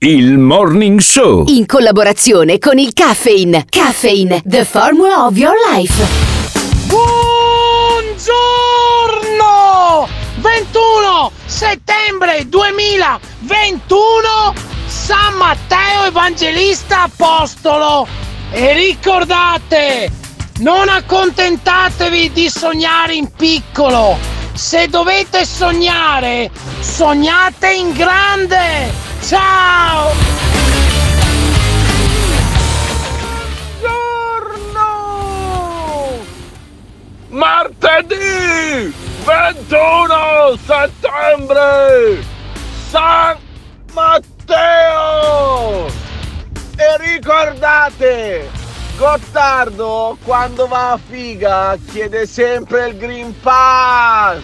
Il Morning Show, in collaborazione con il Caffeine. Caffeine, the formula of your life. Buongiorno! 21 settembre 2021, San Matteo Evangelista Apostolo. E ricordate, non accontentatevi di sognare in piccolo. Se dovete sognare, sognate in grande. Ciao! Giorno! Martedì 21 settembre, San Matteo! E ricordate, Gottardo quando va a figa chiede sempre il Green Pass.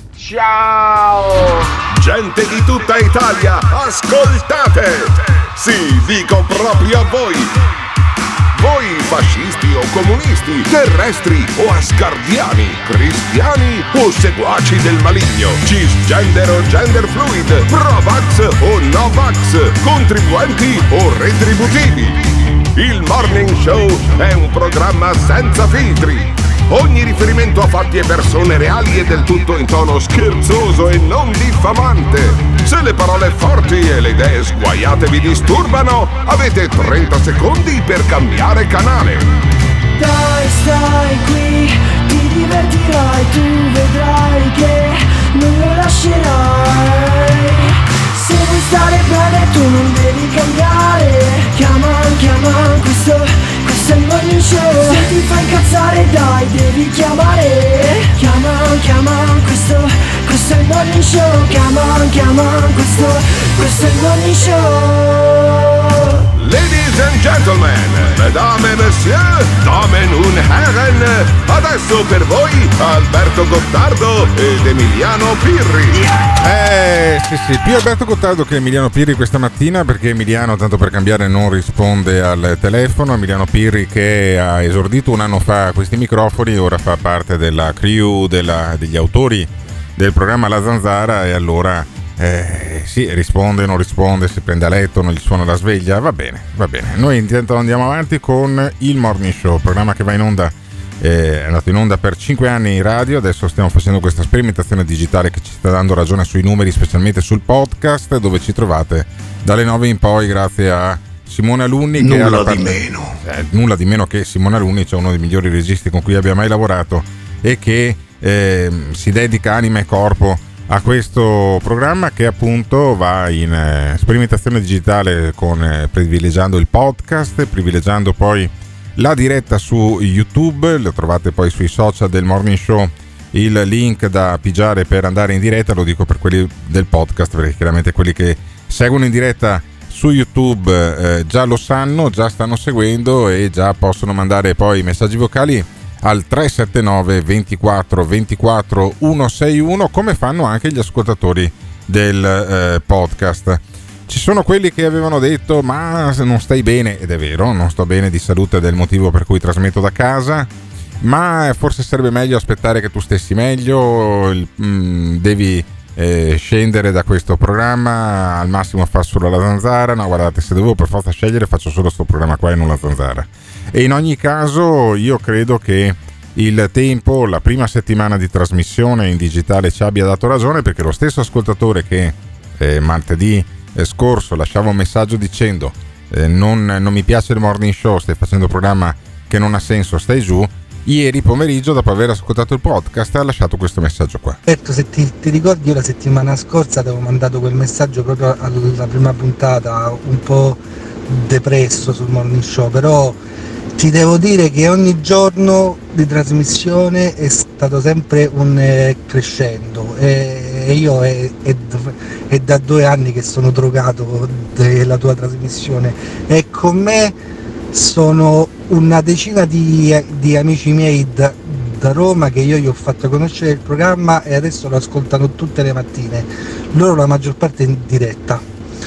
Ciao! Gente di tutta Italia, ascoltate! Sì, dico proprio a voi! Voi fascisti o comunisti, terrestri o asgardiani, cristiani o seguaci del maligno, cisgender o gender fluid, pro-vax o no-vax, contribuenti o retributivi. Il Morning Show è un programma senza filtri. Ogni riferimento a fatti e persone reali è del tutto in tono scherzoso e non diffamante. Se le parole forti e le idee sguaiate vi disturbano, avete 30 secondi per cambiare canale. Dai, stai qui, ti divertirai, tu vedrai che non lo lascerai. Se vuoi stare bene tu non devi cambiare. Chiama, questo è il Morning Show. Se ti fa incazzare dai, devi chiamare. Chiama, questo è il Morning Show. Chiama, questo è il Morning Show. Ladies and gentlemen, mesdames et messieurs, damen und herren, adesso per voi Alberto Gottardo ed Emiliano Pirri. Sì, più Alberto Gottardo che Emiliano Pirri questa mattina, perché Emiliano, tanto per cambiare, non risponde al telefono. Emiliano Pirri, che ha esordito un anno fa a questi microfoni, ora fa parte della crew degli autori del programma La Zanzara, e allora sì, risponde, non risponde, si prende a letto, non gli suona la sveglia, va bene. Noi intanto andiamo avanti con il Morning Show, programma che va in onda, è andato in onda per 5 anni in radio. Adesso stiamo facendo questa sperimentazione digitale che ci sta dando ragione sui numeri, specialmente sul podcast, dove ci trovate dalle 9 in poi, grazie a Simone Alunni, che nulla di meno che Simone Alunni, cioè uno dei migliori registi con cui abbia mai lavorato, e che si dedica anima e corpo a questo programma, che appunto va in sperimentazione digitale privilegiando il podcast, privilegiando poi la diretta su YouTube. Lo trovate poi sui social del Morning Show, il link da pigiare per andare in diretta. Lo dico per quelli del podcast, perché chiaramente quelli che seguono in diretta su YouTube già lo sanno, già stanno seguendo e già possono mandare poi messaggi vocali al 379 24 24 161, come fanno anche gli ascoltatori del podcast. Ci sono quelli che avevano detto: ma non stai bene, ed è vero, non sto bene di salute, del motivo per cui trasmetto da casa, ma forse sarebbe meglio aspettare che tu stessi meglio, devi scendere da questo programma, al massimo far solo La Zanzara. No, guardate, se dovevo per forza scegliere faccio solo sto programma qua e non La Zanzara. E in ogni caso io credo che il tempo, la prima settimana di trasmissione in digitale ci abbia dato ragione, perché lo stesso ascoltatore che martedì scorso lasciava un messaggio dicendo non mi piace il Morning Show, stai facendo un programma che non ha senso, stai giù, ieri pomeriggio, dopo aver ascoltato il podcast, ha lasciato questo messaggio qua. Certo, se ti ricordi, io la settimana scorsa ti avevo mandato quel messaggio proprio alla prima puntata, un po' depresso sul Morning Show, però ti devo dire che ogni giorno di trasmissione è stato sempre un crescendo, e io è da 2 anni che sono drogato della tua trasmissione, e con me sono una decina di amici miei da Roma che io gli ho fatto conoscere il programma, e adesso lo ascoltano tutte le mattine, loro la maggior parte in diretta.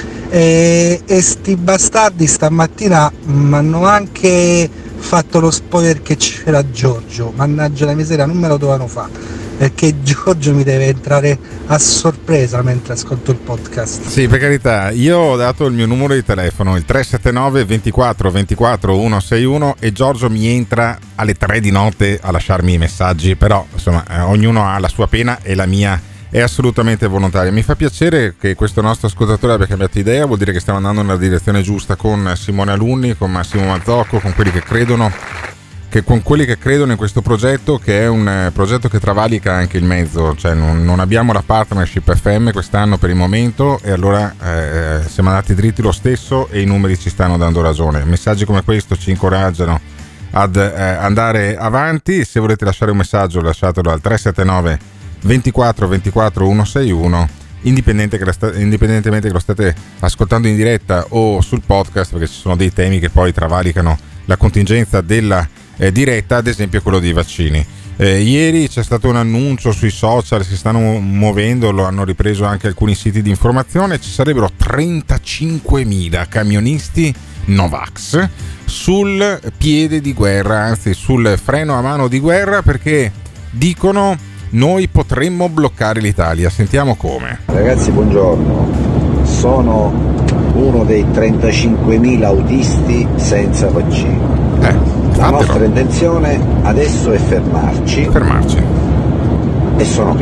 E sti bastardi stamattina mi hanno anche fatto lo spoiler che c'era Giorgio, mannaggia la miseria, non me lo dovevano fare. perché Giorgio mi deve entrare a sorpresa mentre ascolto il podcast. Sì, per carità, io ho dato il mio numero di telefono, il 379 24 24 161, e Giorgio mi entra alle 3 di notte a lasciarmi i messaggi, però insomma ognuno ha la sua pena e la mia è assolutamente volontaria. Mi fa piacere che questo nostro ascoltatore abbia cambiato idea, vuol dire che stiamo andando nella direzione giusta con Simone Alunni, con Massimo Mazzocco, con quelli che credono in questo progetto, che è un progetto che travalica anche il mezzo, cioè non abbiamo la partnership FM quest'anno per il momento, e allora siamo andati dritti lo stesso e i numeri ci stanno dando ragione. Messaggi come questo ci incoraggiano ad andare avanti. Se volete lasciare un messaggio, lasciatelo al 379 24 24 161, indipendentemente che lo state ascoltando in diretta o sul podcast, perché ci sono dei temi che poi travalicano la contingenza della diretta, ad esempio quello dei vaccini. Ieri c'è stato un annuncio sui social, si stanno muovendo, lo hanno ripreso anche alcuni siti di informazione, ci sarebbero 35.000 camionisti Novax sul piede di guerra, anzi sul freno a mano di guerra, perché dicono: noi potremmo bloccare l'Italia. Sentiamo come. Ragazzi, buongiorno. Sono uno dei 35.000 autisti senza vaccino. La nostra intenzione adesso è fermarci. E sono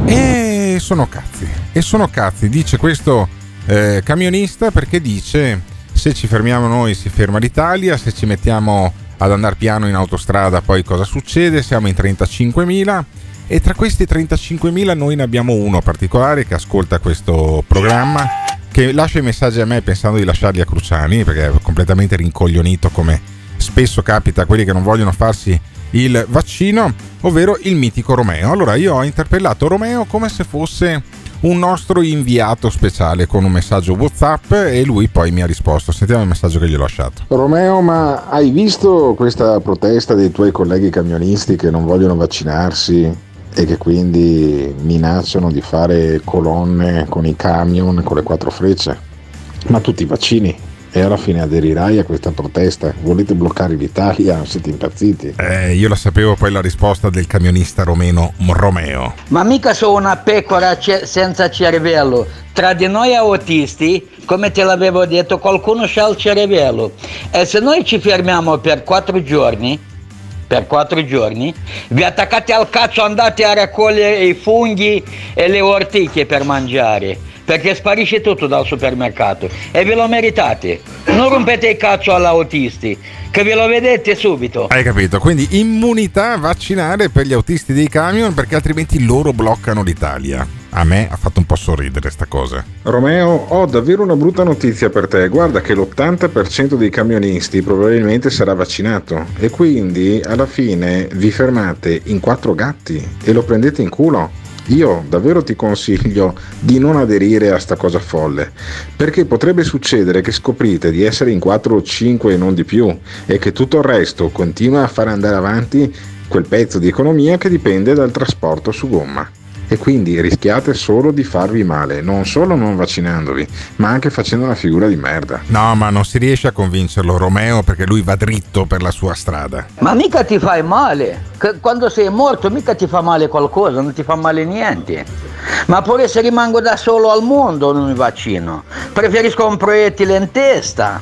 cazzi. Dice questo camionista, perché dice: se ci fermiamo noi si ferma l'Italia, se ci mettiamo ad andare piano in autostrada poi cosa succede? Siamo in 35.000. E tra questi 35.000 noi ne abbiamo uno particolare che ascolta questo programma, che lascia i messaggi a me pensando di lasciarli a Cruciani, perché è completamente rincoglionito, come spesso capita a quelli che non vogliono farsi il vaccino, ovvero il mitico Romeo. Allora io ho interpellato Romeo come se fosse un nostro inviato speciale con un messaggio WhatsApp, e lui poi mi ha risposto. Sentiamo il messaggio che gli ho lasciato. Romeo, ma hai visto questa protesta dei tuoi colleghi camionisti che non vogliono vaccinarsi e che quindi minacciano di fare colonne con i camion con le 4 frecce? Ma tu ti vaccini e alla fine aderirai a questa protesta? Volete bloccare l'Italia? Siete impazziti? Io la sapevo poi la risposta del camionista romeno Romeo. Ma mica sono una pecora senza cervello. Tra di noi autisti, come te l'avevo detto, qualcuno c'ha il cervello. E se noi ci fermiamo per 4 giorni, vi attaccate al cazzo, andate a raccogliere i funghi e le ortiche per mangiare, perché sparisce tutto dal supermercato e ve lo meritate. Non rompete il cazzo agli autisti, che ve lo vedete subito. Hai capito? Quindi immunità vaccinale per gli autisti dei camion, perché altrimenti loro bloccano l'Italia. A me ha fatto un po' sorridere sta cosa. Romeo, ho davvero una brutta notizia per te. Guarda che l'80% dei camionisti probabilmente sarà vaccinato, e quindi alla fine vi fermate in 4 gatti e lo prendete in culo. Io davvero ti consiglio di non aderire a sta cosa folle, perché potrebbe succedere che scoprite di essere in 4 o 5 e non di più, e che tutto il resto continua a fare andare avanti quel pezzo di economia che dipende dal trasporto su gomma. E quindi rischiate solo di farvi male, non solo non vaccinandovi, ma anche facendo una figura di merda. No, ma non si riesce a convincerlo Romeo, perché lui va dritto per la sua strada. Ma mica ti fai male, quando sei morto mica ti fa male qualcosa, non ti fa male niente. Ma pure se rimango da solo al mondo non mi vaccino, preferisco un proiettile in testa.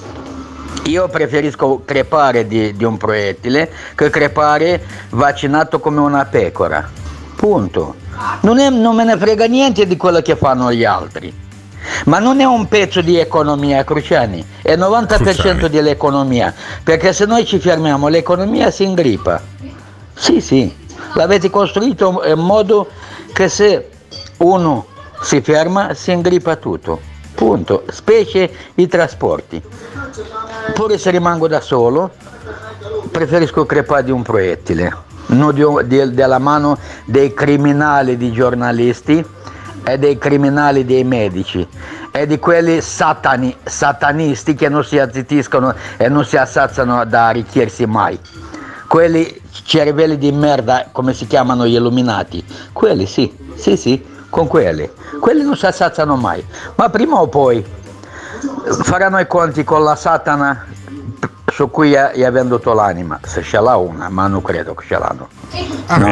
Io preferisco crepare di un proiettile che crepare vaccinato come una pecora, punto. Non me ne frega niente di quello che fanno gli altri, ma non è un pezzo di economia, Cruciani, è il 90% dell'economia, perché se noi ci fermiamo l'economia si ingrippa. Sì, l'avete costruito in modo che se uno si ferma si ingrippa tutto, punto, specie i trasporti. Pure se rimango da solo preferisco crepare di un proiettile, non della mano dei criminali di giornalisti e dei criminali dei medici e di quelli satanisti che non si azzittiscono e non si assazzano da arricchirsi mai. Quelli cervelli di merda, come si chiamano gli illuminati, quelli sì, con quelli non si assazzano mai, ma prima o poi faranno i conti con la Satana su cui gli ha venduto l'anima, se ce l'ha una, ma non credo che ce l'hanno. A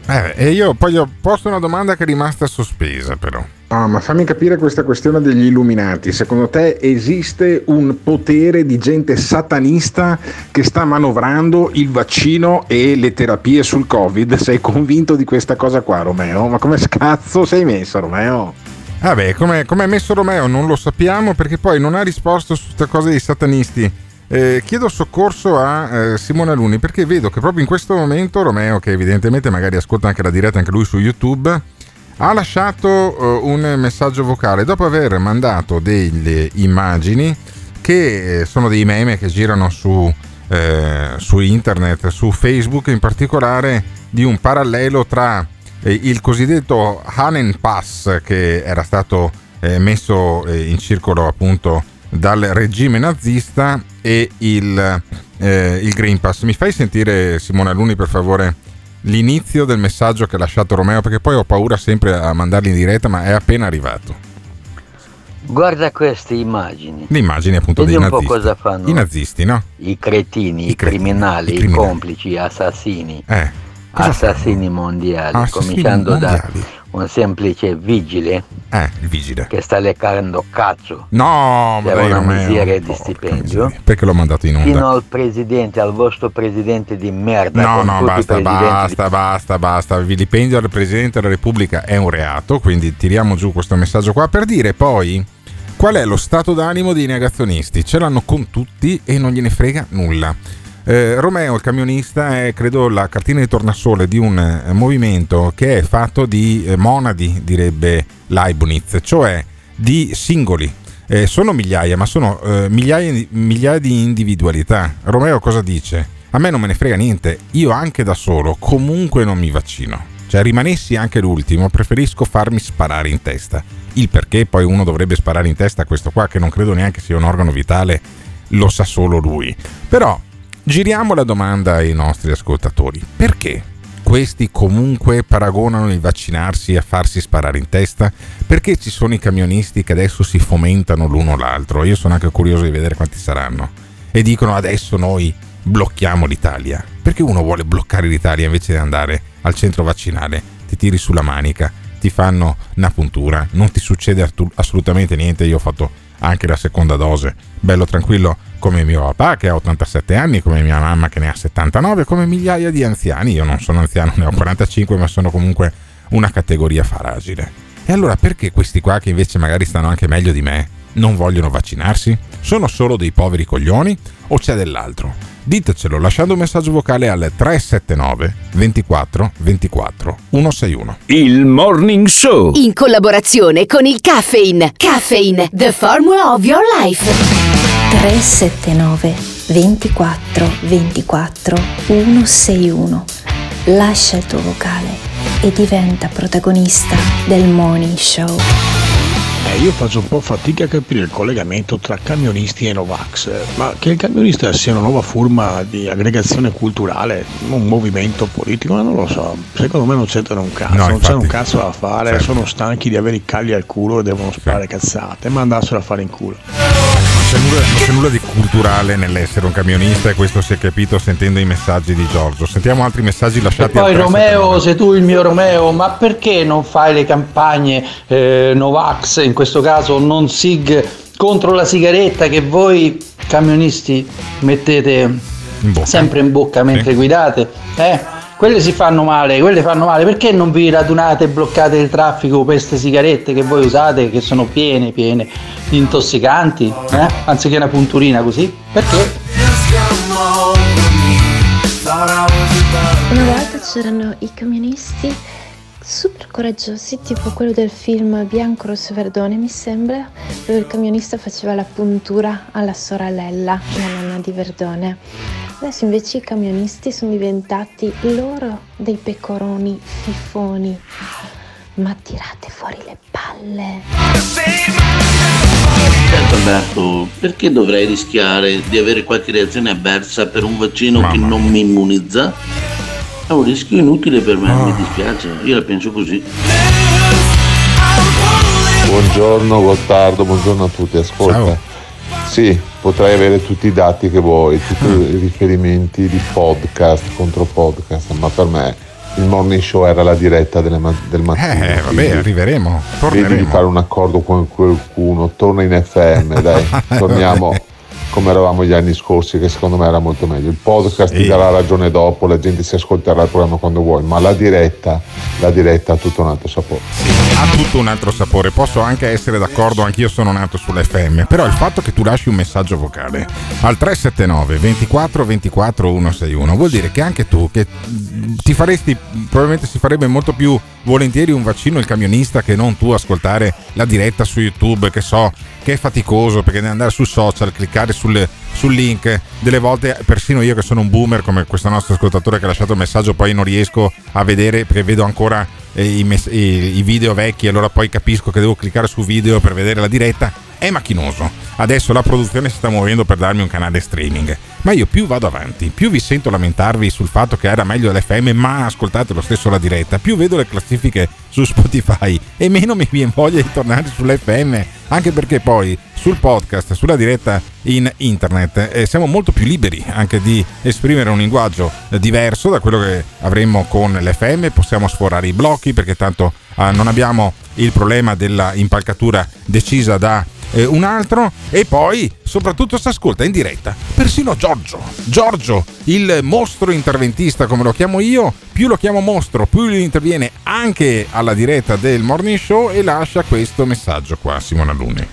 E io poi ho posto una domanda che è rimasta sospesa, però. Ma fammi capire questa questione degli illuminati. Secondo te esiste un potere di gente satanista che sta manovrando il vaccino e le terapie sul Covid? Sei convinto di questa cosa qua, Romeo? Ma come scazzo sei messo, Romeo? Vabbè, come è messo Romeo non lo sappiamo, perché poi non ha risposto su questa cosa dei satanisti. Chiedo soccorso a Simone Alunni, perché vedo che proprio in questo momento Romeo, che evidentemente magari ascolta anche la diretta anche lui su YouTube, ha lasciato un messaggio vocale dopo aver mandato delle immagini che sono dei meme che girano su internet, su Facebook, in particolare di un parallelo tra il cosiddetto Hanen Pass, che era stato messo in circolo appunto dal regime nazista, e il Green Pass. Mi fai sentire, Simone Alunni, per favore, l'inizio del messaggio che ha lasciato Romeo, perché poi ho paura sempre a mandarli in diretta, ma è appena arrivato. Guarda queste immagini. Le immagini appunto dei nazisti. Un po' cosa fanno? I nazisti, no? I cretini, i criminali, i complici, assassini. Assassini mondiali, cominciando da un semplice vigile, il vigile che sta leccando cazzo, per una miseria di stipendio, perché l'ho mandato in onda, fino al presidente, al vostro presidente di merda. Basta, vilipendio al presidente della Repubblica è un reato, quindi tiriamo giù questo messaggio qua, per dire poi qual è lo stato d'animo dei negazionisti. Ce l'hanno con tutti e non gliene frega nulla. Romeo, il camionista, è credo la cartina di tornasole di un movimento che è fatto di monadi, direbbe Leibniz, cioè di singoli. Sono migliaia, ma sono migliaia di individualità. Romeo cosa dice? A me non me ne frega niente, io anche da solo comunque non mi vaccino. Cioè, rimanessi anche l'ultimo, preferisco farmi sparare in testa. Il perché poi uno dovrebbe sparare in testa a questo qua, che non credo neanche sia un organo vitale, lo sa solo lui. Però giriamo la domanda ai nostri ascoltatori: perché questi comunque paragonano il vaccinarsi a farsi sparare in testa? Perché ci sono i camionisti che adesso si fomentano l'uno l'altro? Io sono anche curioso di vedere quanti saranno, e dicono adesso noi blocchiamo l'Italia. Perché uno vuole bloccare l'Italia invece di andare al centro vaccinale? Ti tiri sulla manica, ti fanno una puntura, non ti succede assolutamente niente. Io ho fatto anche la seconda dose, bello tranquillo, come mio papà che ha 87 anni, come mia mamma che ne ha 79, come migliaia di anziani. Io non sono anziano, ne ho 45, ma sono comunque una categoria fragile. E allora perché questi qua, che invece magari stanno anche meglio di me, non vogliono vaccinarsi? Sono solo dei poveri coglioni o c'è dell'altro? Ditecelo lasciando un messaggio vocale al 379 24 24 161. Il Morning Show, in collaborazione con il Caffeine. Caffeine, the formula of your life. 379 24 24 161. Lascia il tuo vocale e diventa protagonista del Morning Show. Io faccio un po' fatica a capire il collegamento tra camionisti e Novax, ma che il camionista sia una nuova forma di aggregazione culturale, un movimento politico, non lo so, secondo me non c'entrano un cazzo, non c'è un cazzo da fare, certo. Sono stanchi di avere i calli al culo e devono sparare cazzate, ma andarselo a fare in culo. Non c'è nulla di culturale nell'essere un camionista, e questo si è capito sentendo i messaggi di Giorgio. Sentiamo altri messaggi lasciati. E poi Romeo, sei tu il mio Romeo, ma perché non fai le campagne Novax, in questo caso non SIG, contro la sigaretta che voi camionisti mettete sempre in bocca mentre guidate? Quelle si fanno male, perché non vi radunate e bloccate il traffico per queste sigarette che voi usate, che sono piene di intossicanti, anziché una punturina così? Perché? Una volta c'erano i camionisti super coraggiosi, tipo quello del film Bianco Rosso Verdone, mi sembra, dove il camionista faceva la puntura alla sorella, la nonna di Verdone. Adesso invece i camionisti sono diventati loro dei pecoroni fifoni. Ma tirate fuori le palle. Certo Alberto, perché dovrei rischiare di avere qualche reazione avversa per un vaccino che non mi immunizza? È un rischio inutile per me, mi dispiace, io la penso così. Buongiorno Gottardo, buongiorno a tutti, ascolta. Ciao. Sì, potrai avere tutti i dati che vuoi, tutti i riferimenti di podcast contro podcast, ma per me il morning show era la diretta del mattino. Vabbè, arriveremo. Vedi di fare un accordo con qualcuno, torna in FM, dai, torniamo come eravamo gli anni scorsi, che secondo me era molto meglio. Il podcast ti darà ragione dopo, la gente si ascolterà il programma quando vuoi, ma la diretta ha tutto un altro sapore. Ha tutto un altro sapore. Posso anche essere d'accordo, anch'io sono nato sull'FM, però il fatto che tu lasci un messaggio vocale al 379 24 24 161 vuol dire che anche tu, che ti faresti, probabilmente si farebbe molto più volentieri un vaccino il camionista che non tu ascoltare la diretta su YouTube, che so che è faticoso perché devi andare sul social, cliccare sul link, delle volte persino io che sono un boomer come questo nostro ascoltatore che ha lasciato il messaggio, poi non riesco a vedere perché vedo ancora i video vecchi, allora poi capisco che devo cliccare su video per vedere la diretta. È macchinoso. Adesso la produzione si sta muovendo per darmi un canale streaming, ma io più vado avanti, più vi sento lamentarvi sul fatto che era meglio l'FM, ma ascoltate lo stesso la diretta, più vedo le classifiche su Spotify e meno mi viene voglia di tornare sull'FM, anche perché poi sul podcast, sulla diretta in internet siamo molto più liberi anche di esprimere un linguaggio diverso da quello che avremmo con l'FM, possiamo sforare i blocchi perché tanto non abbiamo il problema della impalcatura decisa da un altro, e poi soprattutto si ascolta in diretta persino Giorgio, il mostro interventista come lo chiamo io, più lo chiamo mostro più lui interviene anche alla diretta del morning show e lascia questo messaggio qua. Simona Luni.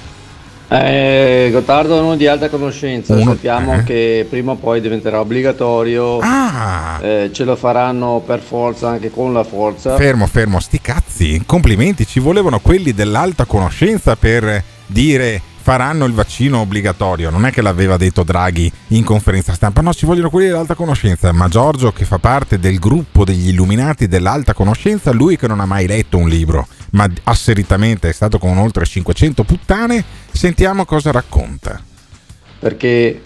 Gottardo è uno di alta conoscenza, sappiamo che prima o poi diventerà obbligatorio, ce lo faranno per forza, anche con la forza. Fermo, sti cazzi, complimenti, ci volevano quelli dell'alta conoscenza per dire faranno il vaccino obbligatorio, non è che l'aveva detto Draghi in conferenza stampa, no, ci vogliono quelli dell'alta conoscenza, ma Giorgio che fa parte del gruppo degli illuminati dell'alta conoscenza, lui che non ha mai letto un libro, ma asseritamente è stato con oltre 500 puttane, sentiamo cosa racconta. Perché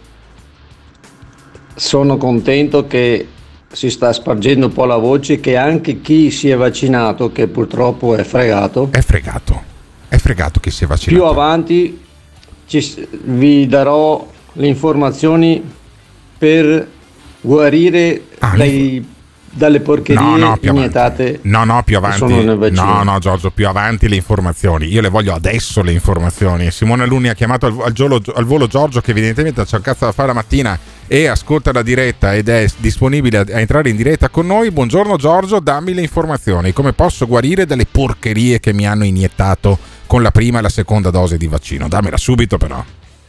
sono contento che si sta spargendo un po' la voce che anche chi si è vaccinato, che purtroppo è fregato chi si è vaccinato. Più avanti vi darò le informazioni per guarire dalle porcherie iniettate. Più avanti. No, Giorgio, più avanti le informazioni. Io le voglio adesso le informazioni. Simone Luni ha chiamato al volo Giorgio, che evidentemente c'è un cazzo da fare la mattina e ascolta la diretta ed è disponibile a entrare in diretta con noi. Buongiorno Giorgio, dammi le informazioni. Come posso guarire dalle porcherie che mi hanno iniettato con la prima e la seconda dose di vaccino? Dammela subito però.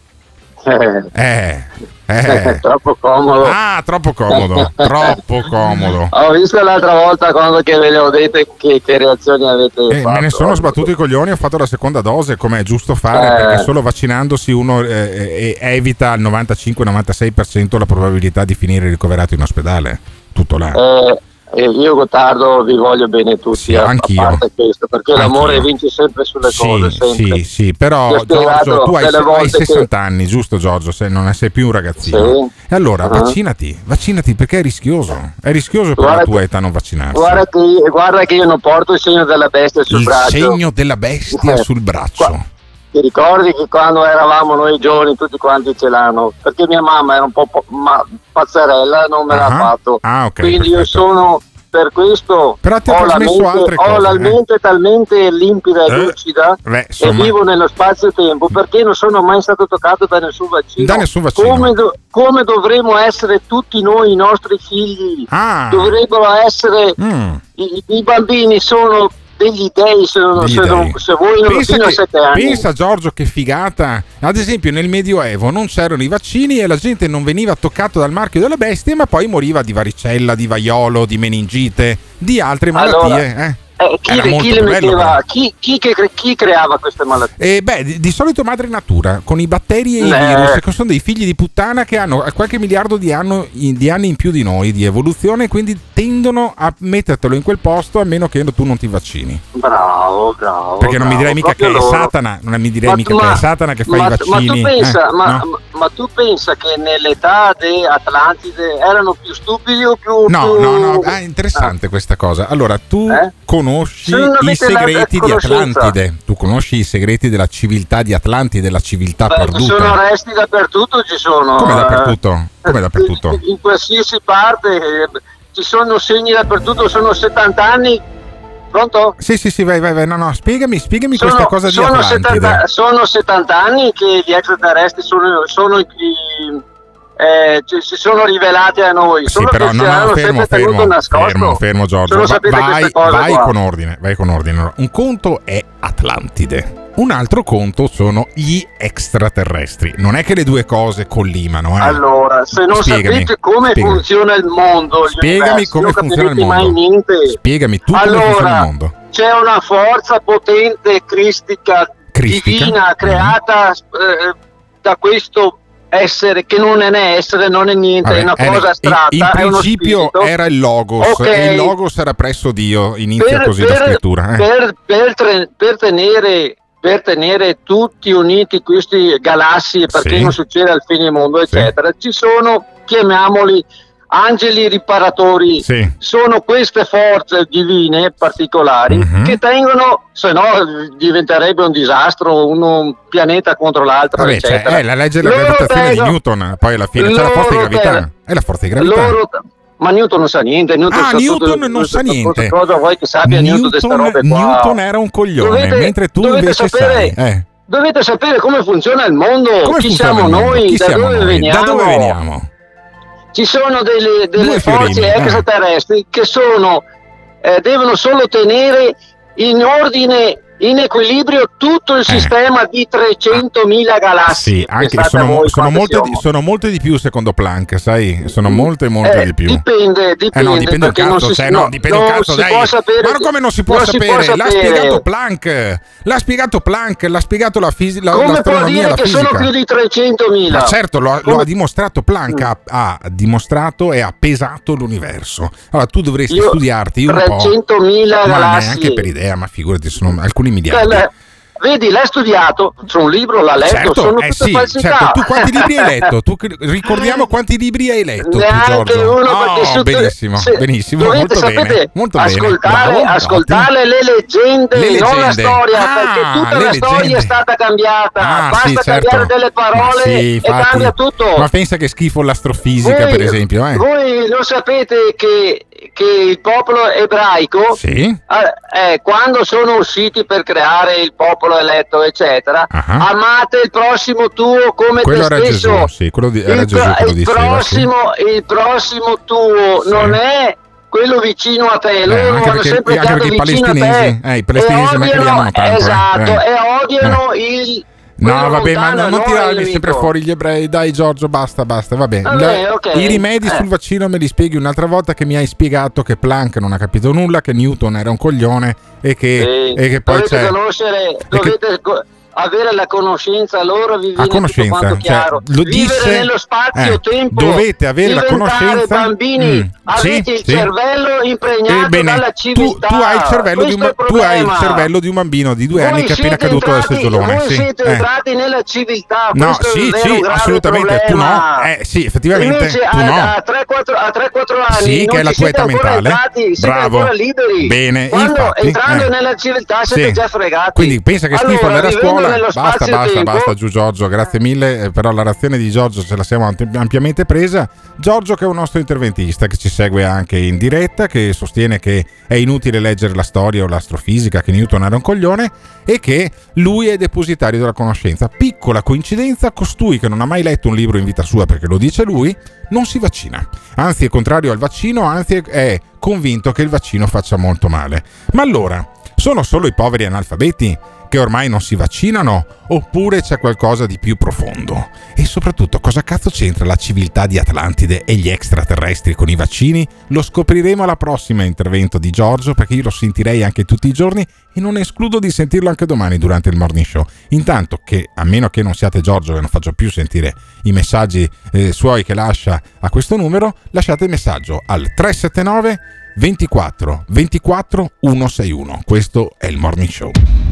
Troppo comodo. Troppo comodo. Ho visto l'altra volta quando che ve le ho dette che reazioni avete fatto. Me ne sono sbattuto i coglioni, ho fatto la seconda dose come è giusto fare, perché solo vaccinandosi uno evita al 95-96% la probabilità di finire ricoverato in ospedale. Tutto là. Io Gottardo vi voglio bene tutti, sì, anch'io. A parte questo, perché l'amore vince sempre sulle cose, sempre. Sì, però Giorgio, tu hai 60 anni, giusto Giorgio? Non sei più un ragazzino. Sì. E allora vaccinati perché è rischioso per la tua età non vaccinarsi. Guarda che io non porto il segno della bestia sul braccio. Il segno della bestia sul braccio. Ti ricordi che quando eravamo noi giovani tutti quanti ce l'hanno? Perché mia mamma era un po' pazzerella, non me l'ha fatto. Okay, quindi perfetto. Io sono per questo ho la mente talmente limpida e lucida e vivo nello spazio-tempo perché non sono mai stato toccato da nessun vaccino. Come dovremmo essere tutti noi, i nostri figli dovrebbero essere i bambini sono degli dei se vogliono fino a 7 anni. Pensa Giorgio che figata, ad esempio nel Medioevo non c'erano i vaccini e la gente non veniva toccato dal marchio della bestia, ma poi moriva di varicella, di vaiolo, di meningite, di altre malattie. Chi creava queste malattie? Di solito madre natura, con i batteri e i virus, che sono dei figli di puttana che hanno qualche miliardo di anni in più di noi di evoluzione, quindi tendono a mettertelo in quel posto a meno che tu non ti vaccini. Bravo. Perché non mi direi mica che è Satana, che è Satana che fa i vaccini. Ma tu pensa che nell'età di Atlantide erano più stupidi o più... No, è interessante questa cosa. Allora, tu conosci i segreti di Atlantide. Tu conosci i segreti della civiltà di Atlantide, la civiltà perduta. Ci sono resti dappertutto, ci sono. Come dappertutto? In qualsiasi parte ci sono segni dappertutto, sono 70 anni. Pronto? Sì, vai. No, spiegami questa cosa di Atlantide. Sono 70 anni che gli extraterrestri si sono rivelati a noi. Sì, però fermo Giorgio. Vai con ordine. Un conto è Atlantide. Un altro conto sono gli extraterrestri. Non è che le due cose collimano. Allora, se non sapete come funziona il mondo, spiegami come funziona il mondo. Mai niente. Spiegami tu come funziona il mondo. C'è una forza potente, cristica? Divina, creata da questo essere che non è né essere, non è niente, è una cosa astratta. In principio era il Logos, e il Logos era presso Dio. Inizia così la scrittura. Per tenere tutti uniti questi galassie, perché non succede al fine mondo, eccetera, ci sono, chiamiamoli angeli riparatori, sono queste forze divine particolari che tengono, se no diventerebbe un disastro, un pianeta contro l'altro, eccetera. È la legge della gravitazione di Newton, poi alla fine c'è la forza di gravità, è la forza di gravità. Ma Newton non sa niente. Newton non sa niente. Cosa vuoi che sappia Newton era un coglione, mentre tu invece sai. Dovete sapere come funziona il mondo, chi siamo noi, da dove veniamo. Ci sono delle forze extraterrestri che devono solo tenere in ordine, in equilibrio tutto il sistema di 300.000 galassie. Sì, anche sono molte di più secondo Planck, sai? Sono molte di più. Dipende un cazzo, dipende un cazzo, dai. Ma come non si può sapere? L'ha spiegato Planck, l'ha spiegato la fisica, come può dire che sono più di 300.000? Ma certo, lo ha dimostrato Planck, ha dimostrato e ha pesato l'universo. Allora tu dovresti studiarti un 300.000 galassie. Ma neanche per idea, ma figurati, sono alcuni miliardi. Vedi, l'hai studiato, c'è un libro, l'ha letto, sono tutte falsità. Certo, tu quanti libri hai letto? Ricordiamo quanti libri hai letto. Neanche tu, uno, perché benissimo, dovete molto ascoltare le leggende, non la storia, perché tutta la storia è stata cambiata. Basta cambiare delle parole e cambia tutto. Ma pensa che schifo l'astrofisica, per esempio. Voi lo sapete che il popolo ebraico, quando sono usciti per creare il popolo eletto, eccetera, amate il prossimo tuo come quello te stesso. Il prossimo tuo non è quello vicino a te, loro hanno sempre dato vicino a te. I palestinesi non amano tanto. Esatto, e odiano il... No, vabbè, ma non tirarli sempre fuori gli ebrei. Dai, Giorgio, basta, va bene. I rimedi sul vaccino me li spieghi un'altra volta, che mi hai spiegato che Planck non ha capito nulla, che Newton era un coglione e che poi dovete dovete avere la conoscenza, allora vi viene tutto quanto chiaro. Vivere nello spazio-tempo, dovete avere la conoscenza. Bambini, avete il cervello impregnato dalla civiltà. Tu hai il cervello di un bambino di 2 anni che è appena caduto dal seggiolone. Voi siete entrati nella civiltà. No, sì, assolutamente. Tu no. Sì, effettivamente. Invece tu no. A 3-4 anni sì, che è la tua età mentale. Bravo. Liberi. Bene. Quando entrando nella civiltà siete già fregati. Quindi pensa che schifo andare a scuola. Basta giù Giorgio, grazie mille, però la reazione di Giorgio ce la siamo ampiamente presa. Giorgio, che è un nostro interventista che ci segue anche in diretta, che sostiene che è inutile leggere la storia o l'astrofisica, che Newton era un coglione e che lui è depositario della conoscenza. Piccola coincidenza, costui che non ha mai letto un libro in vita sua, perché lo dice lui, non si vaccina, anzi è contrario al vaccino, anzi è convinto che il vaccino faccia molto male. Ma allora, sono solo i poveri analfabeti che ormai non si vaccinano, oppure c'è qualcosa di più profondo? E soprattutto, cosa cazzo c'entra la civiltà di Atlantide e gli extraterrestri con i vaccini? Lo scopriremo alla prossima intervento di Giorgio, perché io lo sentirei anche tutti i giorni e non escludo di sentirlo anche domani durante il morning show. Intanto che, a meno che non siate Giorgio, che non faccio più sentire i messaggi suoi che lascia a questo numero, lasciate il messaggio al 379 24 24 161. Questo è il morning show.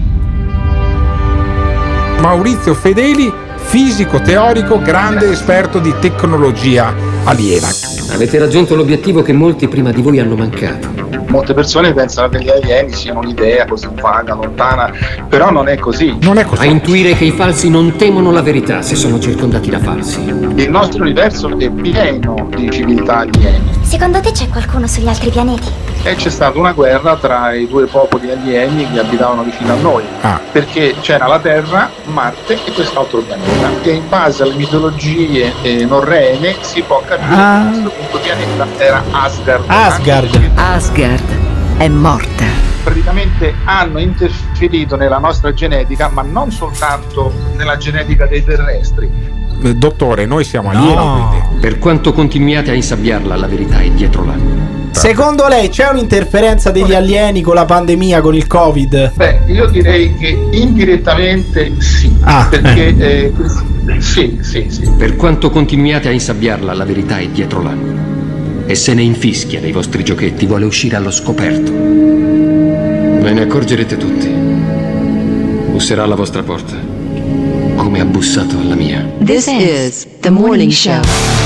Maurizio Fedeli, fisico teorico, grande esperto di tecnologia aliena. Avete raggiunto l'obiettivo che molti prima di voi hanno mancato. Molte persone pensano che gli alieni siano un'idea così vaga, lontana, però non è così. Non è così. A intuire che i falsi non temono la verità se sono circondati da falsi. Il nostro universo è pieno di civiltà aliene. Secondo te c'è qualcuno sugli altri pianeti? E c'è stata una guerra tra i due popoli alieni che abitavano vicino a noi, perché c'era la Terra, Marte e quest'altro pianeta. E in base alle mitologie norrene si può capire che questo pianeta era Asgard. Asgard è morta. Praticamente hanno interferito nella nostra genetica, ma non soltanto nella genetica dei terrestri. Dottore, noi siamo alieni, quindi. Per quanto continuiate a insabbiarla, la verità è dietro l'angolo. Secondo lei c'è un'interferenza degli alieni con la pandemia, con il Covid? Beh, io direi che indirettamente sì, perché sì. Per quanto continuiate a insabbiarla, la verità è dietro l'angolo. E se ne infischia dei vostri giochetti, vuole uscire allo scoperto. Ve ne accorgerete tutti. Busserà alla vostra porta, come ha bussato alla mia. This is the morning show.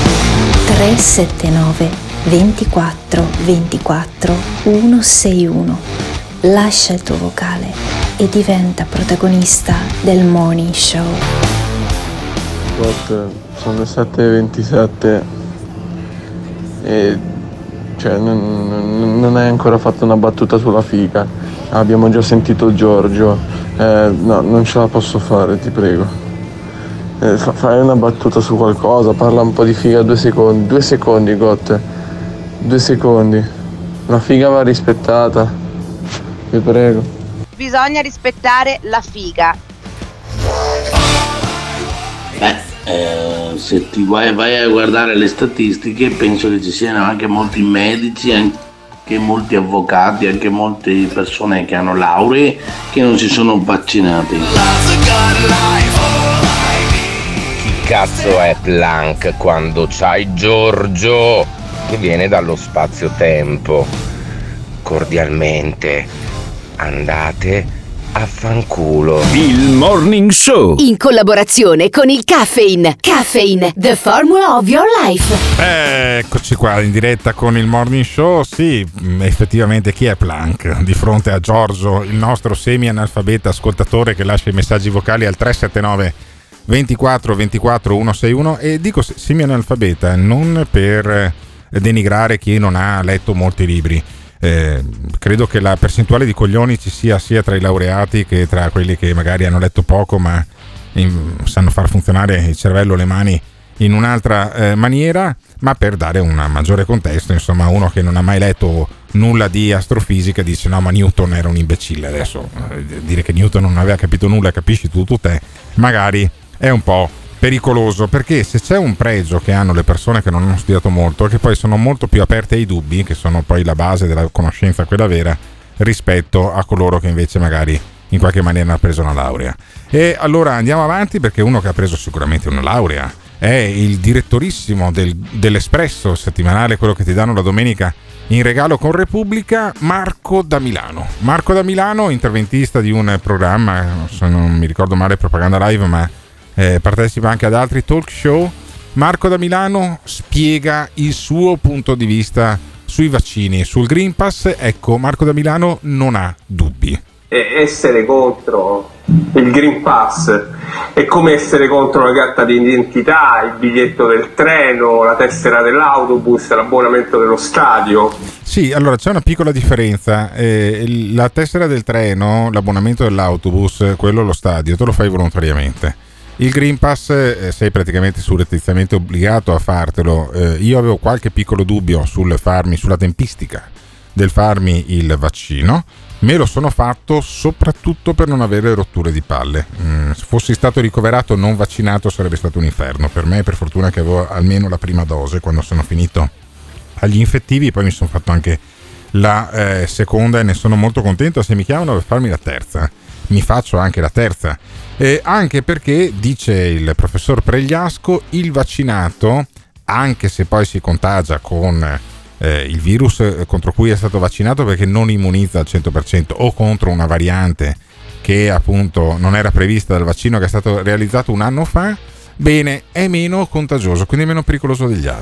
379 24 24 161. Lascia il tuo vocale e diventa protagonista del morning show. Sono le 7:27 e cioè non hai ancora fatto una battuta sulla figa. Abbiamo già sentito Giorgio. No, non ce la posso fare, ti prego. Fai una battuta su qualcosa, parla un po' di figa. 2 secondi, Gotte. 2 secondi. La figa va rispettata, vi prego. Bisogna rispettare la figa. Se ti vai a guardare le statistiche, penso che ci siano anche molti medici, anche molti avvocati, anche molte persone che hanno lauree che non si sono vaccinati. Chi cazzo è Planck quando c'hai Giorgio che viene dallo spazio-tempo? Cordialmente andate a fanculo. Il Morning Show in collaborazione con il Caffeine. Caffeine, the formula of your life. Eccoci qua in diretta con il Morning Show. Sì, effettivamente chi è Planck di fronte a Giorgio, il nostro semi-analfabeta ascoltatore che lascia i messaggi vocali al 379 24 24 161. E dico semi-analfabeta non per denigrare chi non ha letto molti libri. Credo che la percentuale di coglioni ci sia tra i laureati che tra quelli che magari hanno letto poco ma sanno far funzionare il cervello, le mani in un'altra maniera, ma per dare un maggiore contesto. Insomma, uno che non ha mai letto nulla di astrofisica dice no, ma Newton era un imbecille. Adesso dire che Newton non aveva capito nulla, capisci tu te, magari è un po' pericoloso, perché se c'è un pregio che hanno le persone che non hanno studiato molto è che poi sono molto più aperte ai dubbi, che sono poi la base della conoscenza, quella vera, rispetto a coloro che invece magari in qualche maniera hanno preso una laurea. E allora andiamo avanti, perché uno che ha preso sicuramente una laurea è il direttorissimo dell'Espresso settimanale, quello che ti danno la domenica in regalo con Repubblica, Marco da Milano. Marco da Milano, interventista di un programma, se non mi ricordo male, Propaganda Live, ma partecipa anche ad altri talk show. Marco da Milano spiega il suo punto di vista sui vaccini, sul Green Pass. Ecco, Marco da Milano non ha dubbi. Essere contro il Green Pass è come essere contro la carta di identità, il biglietto del treno, la tessera dell'autobus, l'abbonamento dello stadio. Sì, allora c'è una piccola differenza. La tessera del treno, l'abbonamento dell'autobus, quello allo stadio, te lo fai volontariamente. Il Green Pass sei praticamente surrettiziamente obbligato a fartelo. Io avevo qualche piccolo dubbio sulla tempistica del farmi il vaccino. Me lo sono fatto soprattutto per non avere rotture di palle. Se fossi stato ricoverato non vaccinato sarebbe stato un inferno per me. Per fortuna che avevo almeno la prima dose quando sono finito agli infettivi, poi mi sono fatto anche la seconda e ne sono molto contento. Se mi chiamano per farmi la terza, mi faccio anche la terza. Anche perché, dice il professor Pregliasco, il vaccinato, anche se poi si contagia con il virus contro cui è stato vaccinato, perché non immunizza al 100%, o contro una variante che appunto non era prevista dal vaccino che è stato realizzato un anno fa, bene, è meno contagioso, quindi è meno pericoloso degli altri.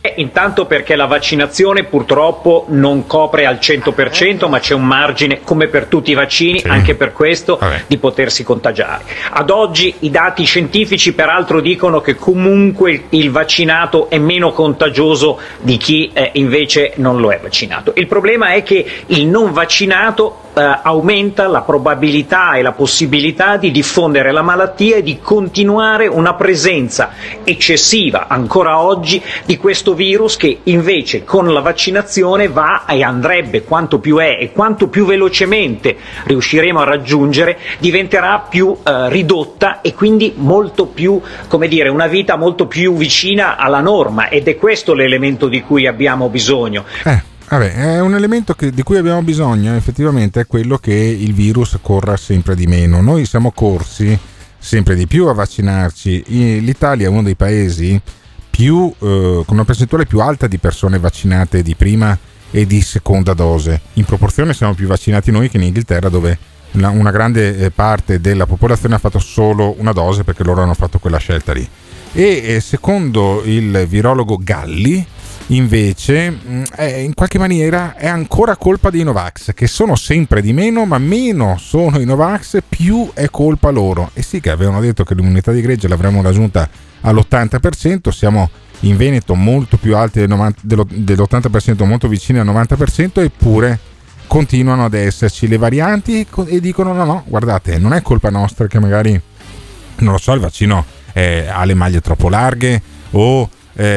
Intanto perché la vaccinazione purtroppo non copre al 100%, ma c'è un margine, come per tutti i vaccini, anche per questo, di potersi contagiare. Ad oggi i dati scientifici peraltro dicono che comunque il vaccinato è meno contagioso di chi invece non lo è vaccinato. Il problema è che il non vaccinato aumenta la probabilità e la possibilità di diffondere la malattia e di continuare una presenza eccessiva ancora oggi di questo virus, che invece con la vaccinazione va e andrebbe, quanto più è e quanto più velocemente riusciremo a raggiungere, diventerà più ridotta e quindi molto più, come dire, una vita molto più vicina alla norma, ed è questo l'elemento di cui abbiamo bisogno. È un elemento di cui abbiamo bisogno, effettivamente, è quello che il virus corra sempre di meno. Noi siamo corsi sempre di più a vaccinarci. L'Italia è uno dei paesi con una percentuale più alta di persone vaccinate di prima e di seconda dose. In proporzione siamo più vaccinati noi che in Inghilterra, dove una grande parte della popolazione ha fatto solo una dose perché loro hanno fatto quella scelta lì. E secondo il virologo Galli, invece, in qualche maniera è ancora colpa dei Novax, che sono sempre di meno, ma meno sono i Novax, più è colpa loro. E sì, che avevano detto che l'immunità di gregge l'avremmo raggiunta all'80%, siamo in Veneto molto più alti dell'80%, molto vicini al 90%, eppure continuano ad esserci le varianti e dicono no, guardate, non è colpa nostra che magari, non lo so, il vaccino ha le maglie troppo larghe o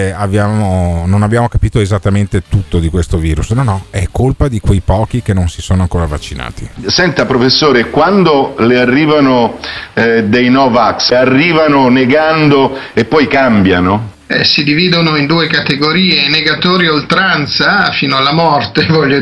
non abbiamo capito esattamente tutto di questo virus. No, è colpa di quei pochi che non si sono ancora vaccinati. Senta professore, quando le arrivano dei Novax, arrivano negando e poi cambiano? Si dividono in due categorie: negatori a oltranza fino alla morte, voglio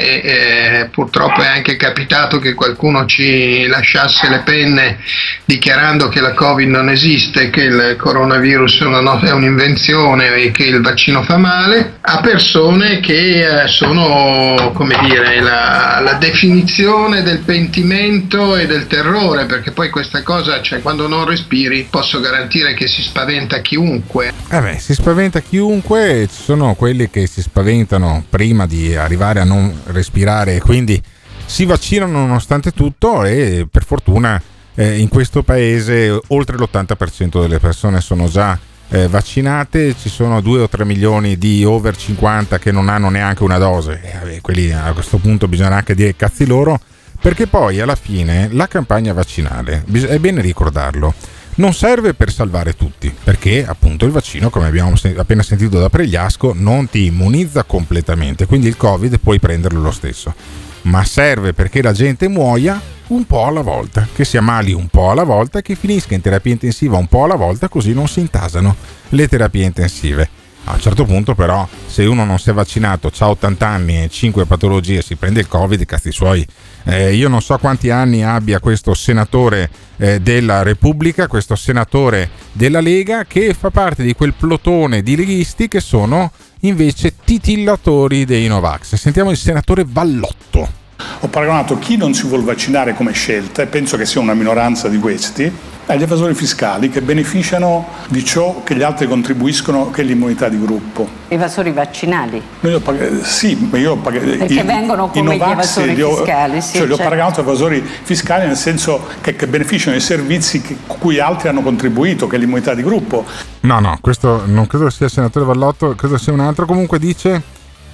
dire, purtroppo è anche capitato che qualcuno ci lasciasse le penne dichiarando che la Covid non esiste, che il coronavirus è un'invenzione e che il vaccino fa male, a persone che sono, come dire, la definizione del pentimento e del terrore, perché poi questa cosa, cioè, quando non respiri, posso garantire che si spaventa chiunque. Si spaventa chiunque. Ci sono quelli che si spaventano prima di arrivare a non respirare e quindi si vaccinano nonostante tutto, e per fortuna in questo paese oltre l'80% delle persone sono già vaccinate. Ci sono 2 o 3 milioni di over 50 che non hanno neanche una dose, quelli a questo punto bisogna anche dire cazzi loro, perché poi alla fine la campagna vaccinale, è bene ricordarlo, non serve per salvare tutti, perché appunto il vaccino, come abbiamo appena sentito da Pregliasco, non ti immunizza completamente, quindi il Covid puoi prenderlo lo stesso, ma serve perché la gente muoia un po' alla volta, che si ammali un po' alla volta, che finisca in terapia intensiva un po' alla volta, così non si intasano le terapie intensive. A un certo punto però, se uno non si è vaccinato, ha 80 anni e 5 patologie, si prende il Covid, cazzi suoi. Io non so quanti anni abbia questo senatore della Repubblica, questo senatore della Lega, che fa parte di quel plotone di leghisti che sono invece titillatori dei Novax. Sentiamo il senatore Vallotto. Ho paragonato chi non si vuol vaccinare come scelta, e penso che sia una minoranza di questi, agli evasori fiscali che beneficiano di ciò che gli altri contribuiscono, che è l'immunità di gruppo. Evasori vaccinali? Sì, ma io perché vengono come gli evasori fiscali. Sì, li ho paragonato a evasori fiscali nel senso che beneficiano dei servizi cui altri hanno contribuito, che è l'immunità di gruppo. No, questo non credo sia il senatore Vallotto, credo sia un altro. Comunque dice...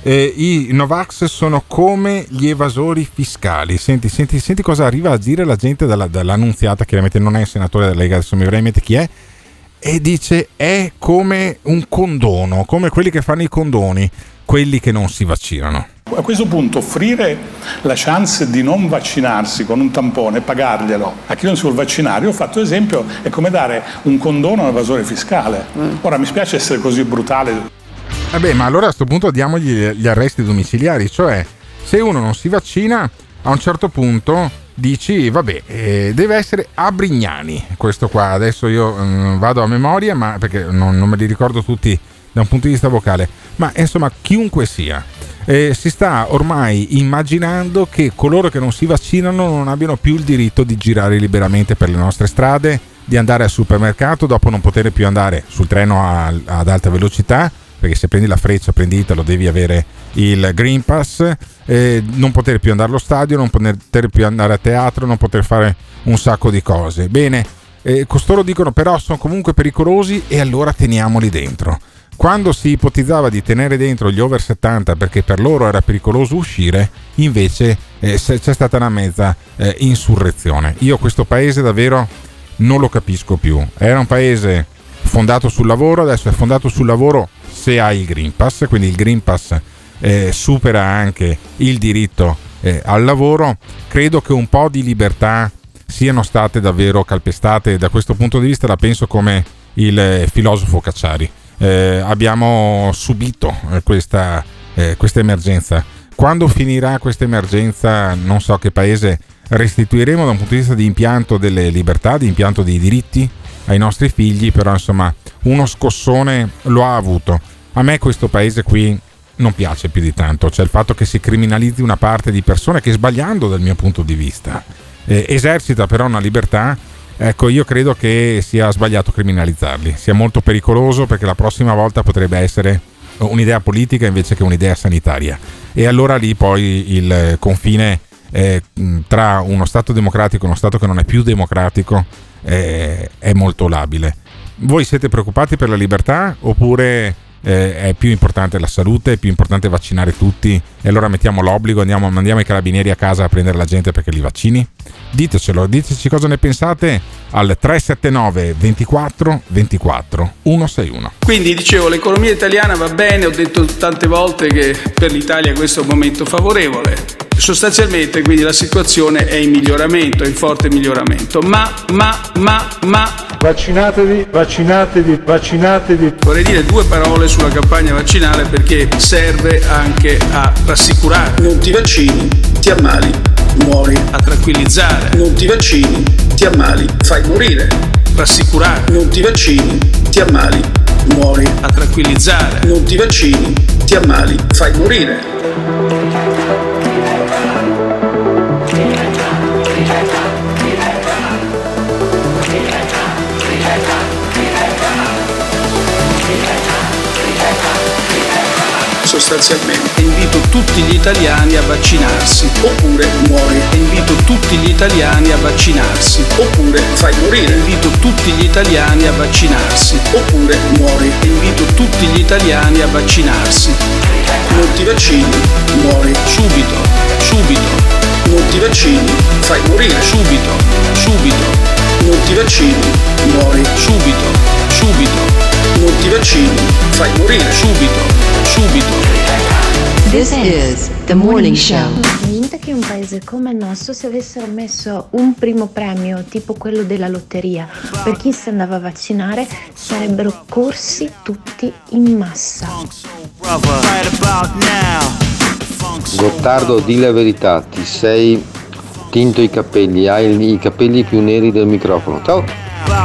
i Novax sono come gli evasori fiscali. Senti cosa arriva a dire la gente dall'annunziata, chiaramente non è il senatore della Lega, adesso mi verrà in mente chi è, e dice è come un condono, come quelli che fanno i condoni, quelli che non si vaccinano. A questo punto offrire la chance di non vaccinarsi con un tampone e pagarglielo a chi non si vuole vaccinare, io ho fatto esempio, è come dare un condono a un evasore fiscale. Ora mi spiace essere così brutale. Ma allora a questo punto diamogli gli arresti domiciliari, cioè se uno non si vaccina a un certo punto dici deve essere a Brignani, questo qua adesso io vado a memoria, ma perché non me li ricordo tutti da un punto di vista vocale, ma insomma chiunque sia, si sta ormai immaginando che coloro che non si vaccinano non abbiano più il diritto di girare liberamente per le nostre strade, di andare al supermercato dopo non poter più andare sul treno ad alta velocità, perché se prendi la Freccia, prendi Italo, devi avere il Green Pass, non poter più andare allo stadio, non poter più andare a teatro, non poter fare un sacco di cose. Bene, costoro dicono però sono comunque pericolosi e allora teniamoli dentro. Quando si ipotizzava di tenere dentro gli over 70 perché per loro era pericoloso uscire, invece c'è stata una mezza insurrezione. Io questo paese davvero non lo capisco più. Era un paese fondato sul lavoro, adesso è fondato sul lavoro se hai il Green Pass, quindi il Green Pass supera anche il diritto al lavoro. Credo che un po' di libertà siano state davvero calpestate. Da questo punto di vista la penso come il filosofo Cacciari. Abbiamo subito questa emergenza. Quando finirà questa emergenza non so che paese restituiremo da un punto di vista di impianto delle libertà, di impianto dei diritti ai nostri figli, però insomma uno scossone lo ha avuto. A me questo paese qui non piace più di tanto, cioè il fatto che si criminalizzi una parte di persone che, sbagliando dal mio punto di vista, esercita però una libertà. Ecco, io credo che sia sbagliato criminalizzarli, sia molto pericoloso, perché la prossima volta potrebbe essere un'idea politica invece che un'idea sanitaria, e allora lì poi il confine tra uno Stato democratico e uno Stato che non è più democratico è molto labile. Voi siete preoccupati per la libertà oppure è più importante la salute, è più importante vaccinare tutti e allora mettiamo l'obbligo, mandiamo i carabinieri a casa a prendere la gente perché li vaccini? Ditecelo, diteci cosa ne pensate al 379 24 24 161. Quindi dicevo, l'economia italiana va bene, ho detto tante volte che per l'Italia questo è un momento favorevole. Sostanzialmente quindi la situazione è in miglioramento, è in forte miglioramento, ma vaccinatevi. Vorrei dire due parole sulla campagna vaccinale perché serve anche a rassicurare. Non ti vaccini, ti ammali, muori. A tranquillizzare. Non ti vaccini, ti ammali, fai morire. Rassicurare. Non ti vaccini, ti ammali, muori. A tranquillizzare. Non ti vaccini, ti ammali, fai morire. Sostanzialmente invito tutti gli italiani a vaccinarsi oppure muori. Invito tutti gli italiani a vaccinarsi oppure fai morire. Invito tutti gli italiani a vaccinarsi oppure muori. Invito tutti gli italiani a vaccinarsi. Non ti vaccini, muori subito. Non ti vaccini, fai morire subito. Non ti vaccini, muori subito. Non ti vaccini, fai morire subito. This is the morning show. Convinta che un paese come il nostro, se avessero messo un primo premio tipo quello della lotteria per chi si andava a vaccinare, sarebbero corsi tutti in massa. Gottardo, di la verità, ti sei tinto i capelli, hai i capelli più neri del microfono. Ciao.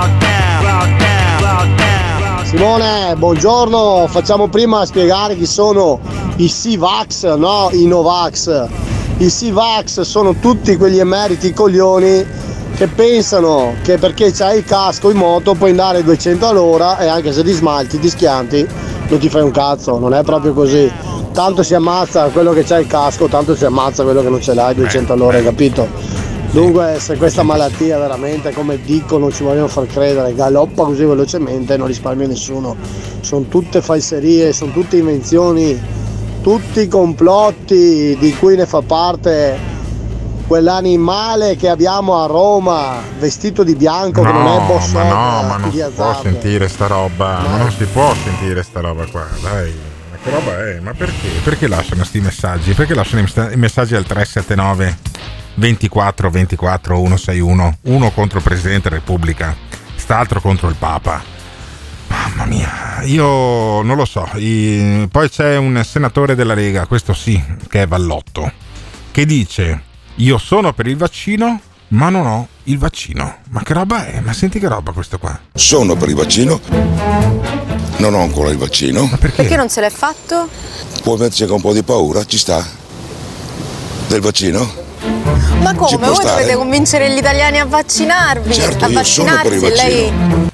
Simone, buongiorno, facciamo prima a spiegare chi sono i Sivax, no i Novax. I Sivax sono tutti quegli emeriti coglioni che pensano che perché c'hai il casco in moto puoi andare 200 all'ora e anche se ti smalti, ti schianti, non ti fai un cazzo, non è proprio così. Tanto si ammazza quello che c'ha il casco, tanto si ammazza quello che non ce l'ha 200 all'ora, hai capito? Dunque, se questa malattia veramente, come dicono, ci vogliono far credere, galoppa così velocemente, non risparmia nessuno. Sono tutte falserie, sono tutte invenzioni, tutti complotti di cui ne fa parte quell'animale che abbiamo a Roma, vestito di bianco, che non è Bossone. Ma non si può sentire sta roba, ma non si può sentire sta roba qua, dai. Ma che roba è? Ma perché? Perché lasciano sti messaggi? Perché lasciano i messaggi al 379 24 24 161, uno contro il Presidente della Repubblica, st'altro contro il Papa. Mamma mia, io non lo so. Poi c'è un senatore della Lega, questo sì, che è Vallotto, che dice: io sono per il vaccino ma non ho il vaccino. Ma che roba è? Ma senti che roba questo qua. Sono per il vaccino, non ho ancora il vaccino. Ma perché? Perché non se l'è fatto? Puoi metterci con un po' di paura, ci sta? Del vaccino? Ma come? Voi dovete convincere gli italiani a vaccinarvi? Certo, a io sono per il vaccino. Lei...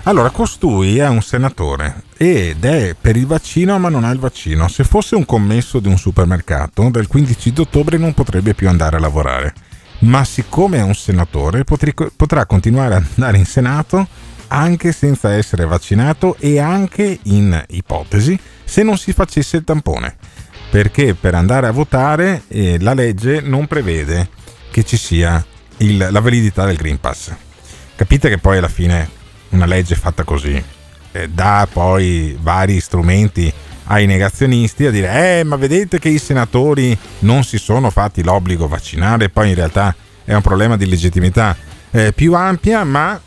Allora, costui è un senatore ed è per il vaccino ma non ha il vaccino. Se fosse un commesso di un supermercato, dal 15 ottobre non potrebbe più andare a lavorare. Ma siccome è un senatore, potrà continuare ad andare in Senato anche senza essere vaccinato e anche, in ipotesi, se non si facesse il tampone. Perché per andare a votare la legge non prevede che ci sia la validità del Green Pass. Capite che poi alla fine una legge fatta così dà poi vari strumenti ai negazionisti a dire ma vedete che i senatori non si sono fatti l'obbligo vaccinare, poi in realtà è un problema di legittimità più ampia, ma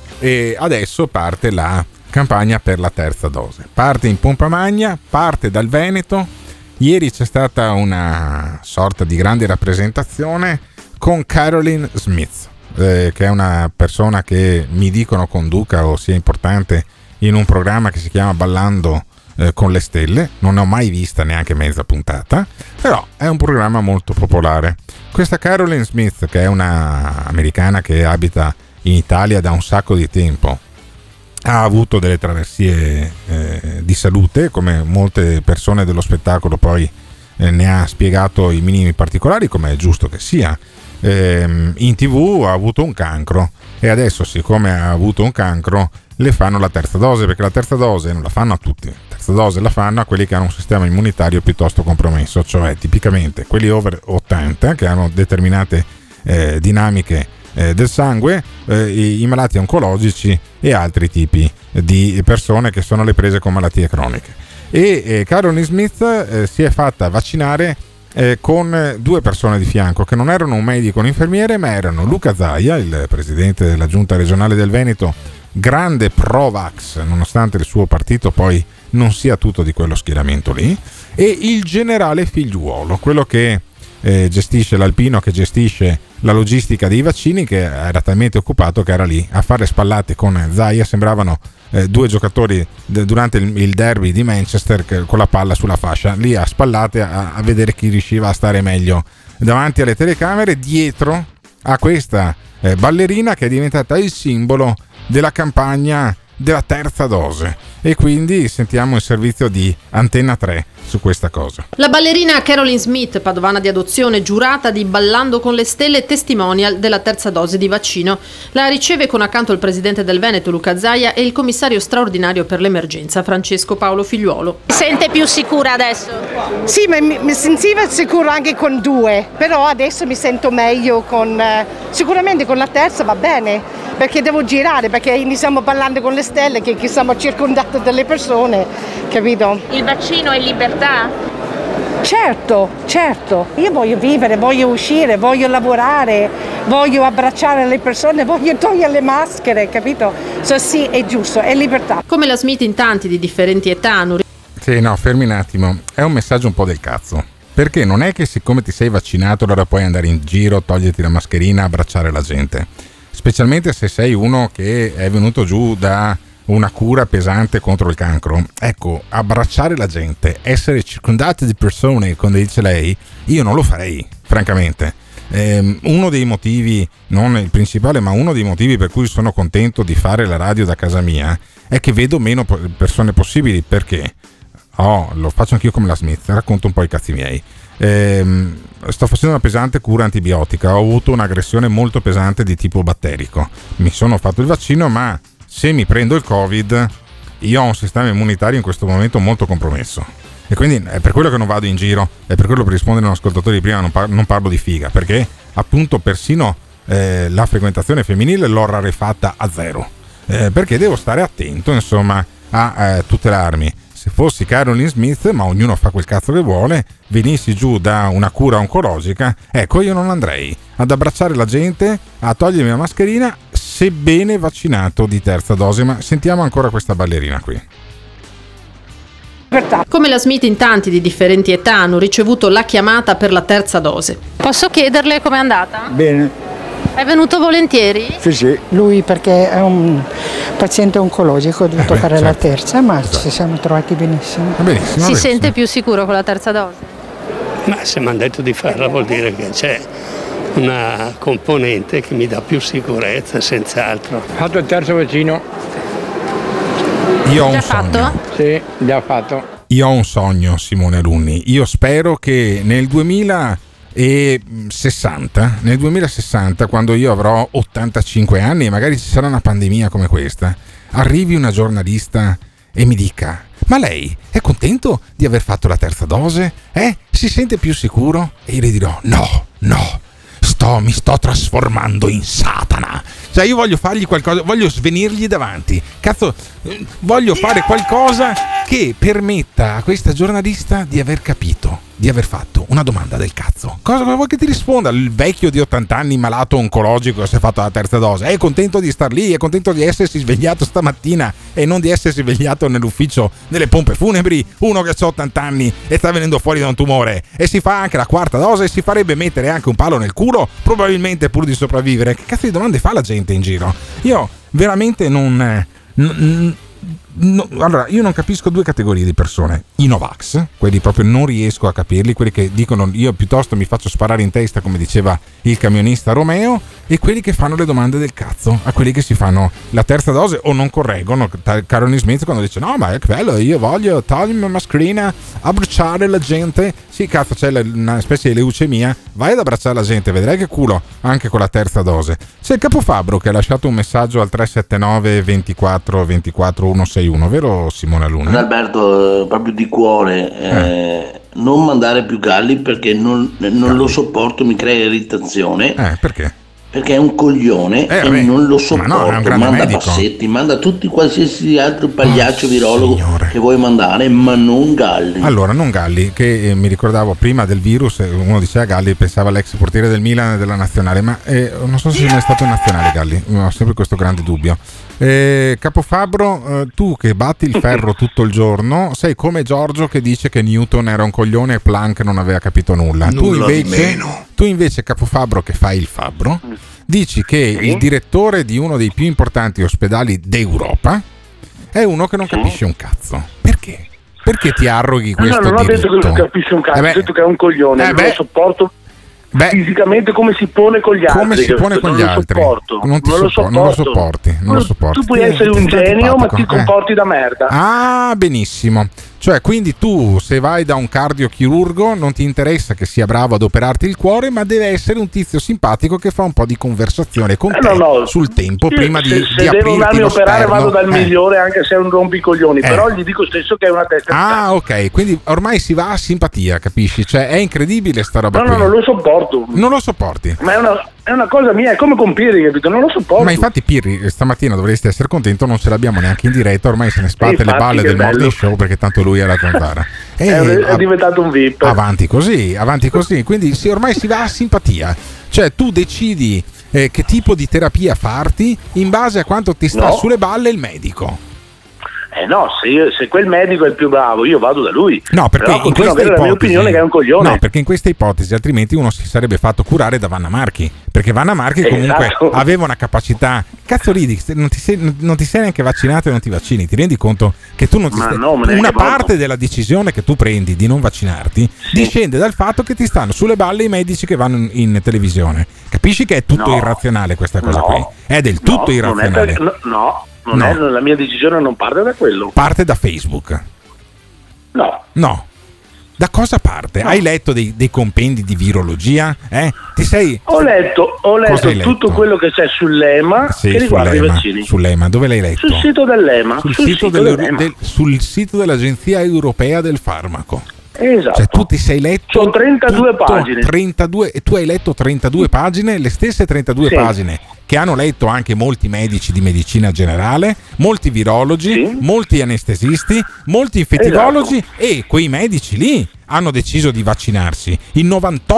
adesso parte la campagna per la terza dose. Parte in pompa magna, parte dal Veneto. Ieri c'è stata una sorta di grande rappresentazione con Caroline Smith, che è una persona che mi dicono conduca o sia importante in un programma che si chiama Ballando con le stelle. Non ne ho mai vista neanche mezza puntata, però è un programma molto popolare. Questa Caroline Smith, che è una americana che abita in Italia da un sacco di tempo, ha avuto delle traversie di salute, come molte persone dello spettacolo, poi ne ha spiegato i minimi particolari, come è giusto che sia. In TV ha avuto un cancro e adesso, siccome ha avuto un cancro, le fanno la terza dose, perché la terza dose non la fanno a tutti, la terza dose la fanno a quelli che hanno un sistema immunitario piuttosto compromesso, cioè tipicamente quelli over 80 che hanno determinate dinamiche del sangue, i malati oncologici e altri tipi di persone che sono alle prese con malattie croniche. E Caroline Smith si è fatta vaccinare con due persone di fianco che non erano un medico o un infermiere, ma erano Luca Zaia, il presidente della giunta regionale del Veneto, grande pro-vax, nonostante il suo partito poi non sia tutto di quello schieramento lì, e il generale Figliuolo, quello che gestisce l'Alpino, che gestisce la logistica dei vaccini, che era talmente occupato che era lì a fare spallate con Zaia. Sembravano due giocatori durante il derby di Manchester con la palla sulla fascia, lì a spallate a vedere chi riusciva a stare meglio davanti alle telecamere, dietro a questa ballerina che è diventata il simbolo della campagna della terza dose. E quindi sentiamo il servizio di Antenna 3 su questa cosa. La ballerina Caroline Smith, padovana di adozione, giurata di Ballando con le stelle, testimonial della terza dose di vaccino. La riceve con accanto il presidente del Veneto Luca Zaia e il commissario straordinario per l'emergenza Francesco Paolo Figliuolo. Si sente più sicura adesso? Sì, mi sentivo sicura anche con due, però adesso mi sento meglio sicuramente con la terza va bene, perché devo girare, perché iniziamo ballando con le stelle, che siamo circondati dalle persone, capito? Il vaccino è libertà? Certo, io voglio vivere, voglio uscire, voglio lavorare, voglio abbracciare le persone, voglio togliere le maschere, capito? Sì, è giusto, è libertà. Come la Smith in tanti di differenti età. Sì, no, fermi un attimo, è un messaggio un po' del cazzo, perché non è che siccome ti sei vaccinato allora puoi andare in giro, toglierti la mascherina, abbracciare la gente, specialmente se sei uno che è venuto giù da una cura pesante contro il cancro. Ecco, abbracciare la gente, essere circondati di persone, come dice lei, io non lo farei, francamente. Uno dei motivi, non il principale, ma uno dei motivi per cui sono contento di fare la radio da casa mia è che vedo meno persone possibili, perché lo faccio anch'io come la Smith, racconto un po' i cazzi miei. Sto facendo una pesante cura antibiotica, ho avuto un'aggressione molto pesante di tipo batterico, mi sono fatto il vaccino, ma se mi prendo il Covid io ho un sistema immunitario in questo momento molto compromesso e quindi è per quello che non vado in giro, è per quello, per rispondere a un ascoltatore di prima, non parlo di figa, perché appunto persino la frequentazione femminile l'ho rarefatta a zero, perché devo stare attento insomma a tutelarmi. Se fossi Caroline Smith, ma ognuno fa quel cazzo che vuole, venissi giù da una cura oncologica, ecco, io non andrei ad abbracciare la gente, a togliermi la mascherina, sebbene vaccinato di terza dose. Ma sentiamo ancora questa ballerina qui. Come la Smith in tanti di differenti età hanno ricevuto la chiamata per la terza dose. Posso chiederle com'è andata? Bene. È venuto volentieri? Sì. Lui perché è un paziente oncologico, ha dovuto fare la terza, ma ci siamo trovati benissimo. Si sente più sicuro con la terza dose? Ma se mi hanno detto di farla vuol dire che c'è una componente che mi dà più sicurezza, senz'altro. Ho fatto il terzo vaccino Io ho un sogno. Sì, già fatto. Io ho un sogno, Simone Alunni. Io spero che nel 2060, quando io avrò 85 anni e magari ci sarà una pandemia come questa, arrivi una giornalista e mi dica: ma lei è contento di aver fatto la terza dose? Si sente più sicuro? E io le dirò: no, mi sto trasformando in Satana. Cioè io voglio fargli qualcosa, voglio svenirgli davanti. Cazzo, voglio fare qualcosa che permetta a questa giornalista di aver capito, di aver fatto una domanda del cazzo. Cosa vuoi che ti risponda? Il vecchio di 80 anni malato oncologico che si è fatto la terza dose è contento di star lì, è contento di essersi svegliato stamattina e non di essersi svegliato nell'ufficio delle pompe funebri. Uno che ha 80 anni e sta venendo fuori da un tumore e si fa anche la quarta dose e si farebbe mettere anche un palo nel culo, probabilmente pur di sopravvivere. Che cazzo di domande fa la gente in giro? Io veramente allora, io non capisco due categorie di persone: i Novax, quelli proprio non riesco a capirli, quelli che dicono io piuttosto mi faccio sparare in testa, come diceva il camionista Romeo, e quelli che fanno le domande del cazzo a quelli che si fanno la terza dose o non correggono. Caroline Smith quando dice: no, ma è bello, io voglio togliermi la mascherina, abbracciare la gente. Sì, cazzo, c'è una specie di leucemia, vai ad abbracciare la gente, vedrai che culo anche con la terza dose. C'è il Capofabbro che ha lasciato un messaggio al 379 24 24 161, vero Simone Alunni? Alberto, proprio di cuore, non mandare più Galli perché non lo sopporto, mi crea irritazione. Perché? Perché è un coglione e non lo sopporto. Manda Bassetti, manda tutti qualsiasi altro pagliaccio virologo che vuoi mandare, ma non Galli. Allora, non Galli, che mi ricordavo prima del virus, uno diceva Galli, pensava all'ex portiere del Milan e della Nazionale, ma non so se sia mai stato in Nazionale Galli, ho sempre questo grande dubbio. Capofabbro, tu che batti il ferro tutto il giorno sei come Giorgio che dice che Newton era un coglione e Planck non aveva capito nulla. Tu invece Capofabbro, che fai il fabbro, dici che il direttore di uno dei più importanti ospedali d'Europa è uno che non capisce un cazzo. Perché? Perché ti arroghi questo diritto? No, non ho detto che non capisce un cazzo, ho detto che è un coglione, non lo sopporto. Fisicamente come si pone con gli altri. Come si pone con gli altri? Non lo sopporti. Tu puoi essere un genio, ma ti comporti da merda. Ah, benissimo. Cioè, quindi tu, se vai da un cardiochirurgo, non ti interessa che sia bravo ad operarti il cuore, ma deve essere un tizio simpatico che fa un po' di conversazione con te sul tempo prima di aprirti lo sterno. Se devo darmi operare vado dal migliore, anche se è un rompicoglioni, però gli dico stesso che è una testa. Ah, ok, quindi ormai si va a simpatia, capisci? Cioè, è incredibile sta roba qui. No, non lo sopporto. Non lo sopporti? Ma è una cosa mia, è come con Pirri, capito? Non lo sopporto. Ma infatti Pirri stamattina dovresti essere contento, non ce l'abbiamo neanche in diretta, ormai se ne sbatte le balle del morning show perché tanto lui è la zanzara. È diventato un VIP. Avanti così. Quindi ormai si va a simpatia. Cioè tu decidi che tipo di terapia farti in base a quanto ti sta sulle balle il medico. No, se quel medico è il più bravo, io vado da lui. No, perché in questa ipotesi, la mia opinione che è un coglione. No, perché in questa ipotesi altrimenti uno si sarebbe fatto curare da Vanna Marchi. Perché Vanna Marchi comunque aveva una capacità. Cazzo ridi, non ti sei neanche vaccinato e non ti vaccini. Ti rendi conto che tu non ti stai. Una parte della decisione che tu prendi di non vaccinarti discende dal fatto che ti stanno sulle balle i medici che vanno in televisione. Capisci che è tutto irrazionale questa cosa qui? È del tutto irrazionale. La mia decisione non parte da quello. Parte da Facebook. No. Da cosa parte? Hai letto dei compendi di virologia? Ho letto tutto quello che c'è sull'EMA che riguarda i vaccini. Sull'EMA, dove l'hai letto? Sul sito dell'EMA. Sul sito dell'Agenzia Europea del Farmaco. Esatto. Cioè tu ti sei letto sono 32 pagine. 32, e tu hai letto 32 pagine, le stesse 32 pagine che hanno letto anche molti medici di medicina generale, molti virologi, molti anestesisti, molti infettivologi e quei medici lì hanno deciso di vaccinarsi. Il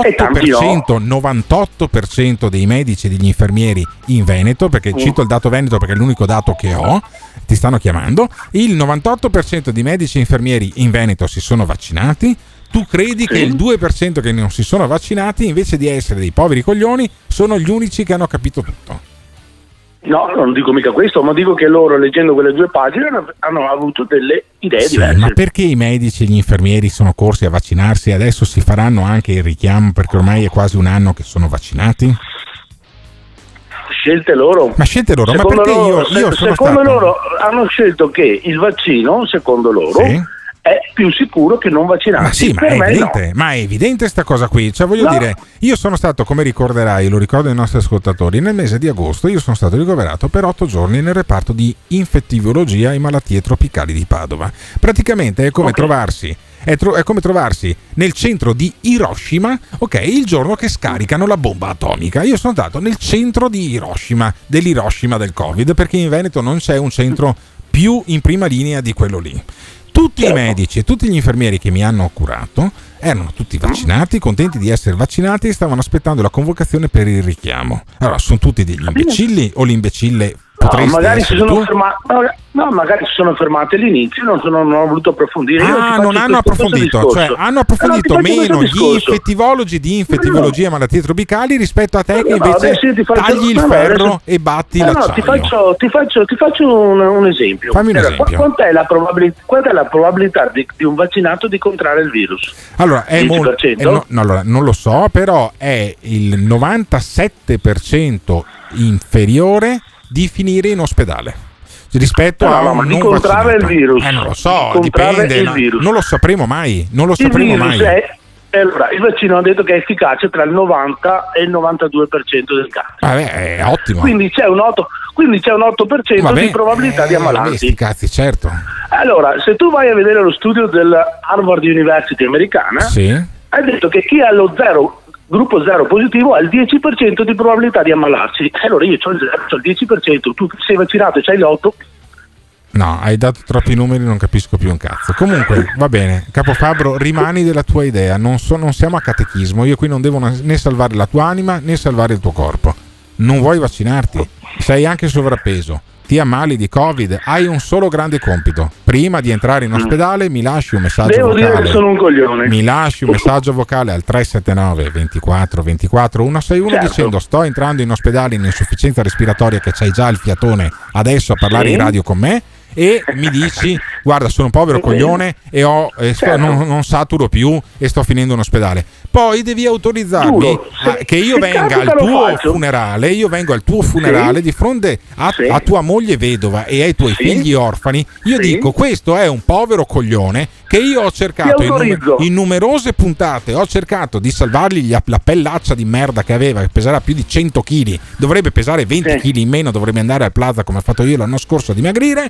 98% dei medici e degli infermieri in Veneto, perché cito il dato Veneto perché è l'unico dato che ho, ti stanno chiamando, il 98% di medici e infermieri in Veneto si sono vaccinati. Tu credi che il 2% che non si sono vaccinati, invece di essere dei poveri coglioni, sono gli unici che hanno capito tutto? No, non dico mica questo, ma dico che loro, leggendo quelle 2 pagine, hanno avuto delle idee diverse. Ma perché i medici e gli infermieri sono corsi a vaccinarsi e adesso si faranno anche il richiamo perché ormai è quasi un anno che sono vaccinati? scelte loro. Ma scelte loro? Ma perché io sono secondo loro hanno scelto che il vaccino, secondo loro, è più sicuro che non vaccinarsi. Ma sì, ma è evidente sta cosa qui. Cioè, voglio dire, io sono stato, come ricorderai, lo ricordo ai nostri ascoltatori, nel mese di agosto io sono stato ricoverato per 8 giorni nel reparto di infettivologia e malattie tropicali di Padova. Praticamente è come trovarsi è come trovarsi nel centro di Hiroshima, ok, il giorno che scaricano la bomba atomica. Io sono andato nel centro di Hiroshima, dell'Hiroshima del Covid, perché in Veneto non c'è un centro più in prima linea di quello lì. Tutti i medici e tutti gli infermieri che mi hanno curato erano tutti vaccinati, contenti di essere vaccinati, e stavano aspettando la convocazione per il richiamo. Allora, sono tutti degli imbecilli o l'imbecille potresti magari essere si sono tu? magari si sono fermati all'inizio, non ho voluto approfondire. Non hanno approfondito, cioè hanno approfondito meno gli infettivologi di infettivologia e malattie tropicali rispetto a te che invece tagli il ferro e batti l'acciaio. Ti faccio un esempio. Fammi un esempio. Quant'è la probabilità di un vaccinato di contrarre il virus? Allora, allora, non lo so, però è il 97% inferiore di finire in ospedale rispetto a un di contrarre il virus. Non lo so, dipende, non lo sapremo mai. Allora, il vaccino ha detto che è efficace tra il 90 e il 92% del caso. È ottimo. Quindi c'è un 8% di probabilità di ammalarsi. Cazzi, certo. Allora, se tu vai a vedere lo studio della Harvard University americana, ha detto che chi ha lo gruppo 0 positivo ha il 10% di probabilità di ammalarsi. Allora io ho il 10%, tu sei vaccinato e c'hai l'8%. No, hai dato troppi numeri, non capisco più un cazzo. Comunque, va bene, Capofabbro, rimani della tua idea, non siamo a catechismo, io qui non devo né salvare la tua anima né salvare il tuo corpo. Non vuoi vaccinarti, sei anche sovrappeso, ti ammali di Covid, hai un solo grande compito. Prima di entrare in ospedale mi lasci un messaggio vocale. Devo dire che sono un coglione. Mi lasci un messaggio vocale al 379 24 24 161 dicendo: sto entrando in ospedale in insufficienza respiratoria, che c'hai già il fiatone adesso a parlare in radio con me, e mi dici: guarda, sono un povero coglione e non saturo più e sto finendo in ospedale. Poi devi autorizzarmi che io venga al tuo funerale. Io vengo al tuo funerale di fronte a tua moglie vedova e ai tuoi figli orfani. Io dico: questo è un povero coglione che io ho cercato in numerose puntate, ho cercato di salvargli la pellaccia di merda che aveva, che peserà più di 100 kg, dovrebbe pesare 20 kg in meno, dovrebbe andare al Plaza come ho fatto io l'anno scorso a dimagrire,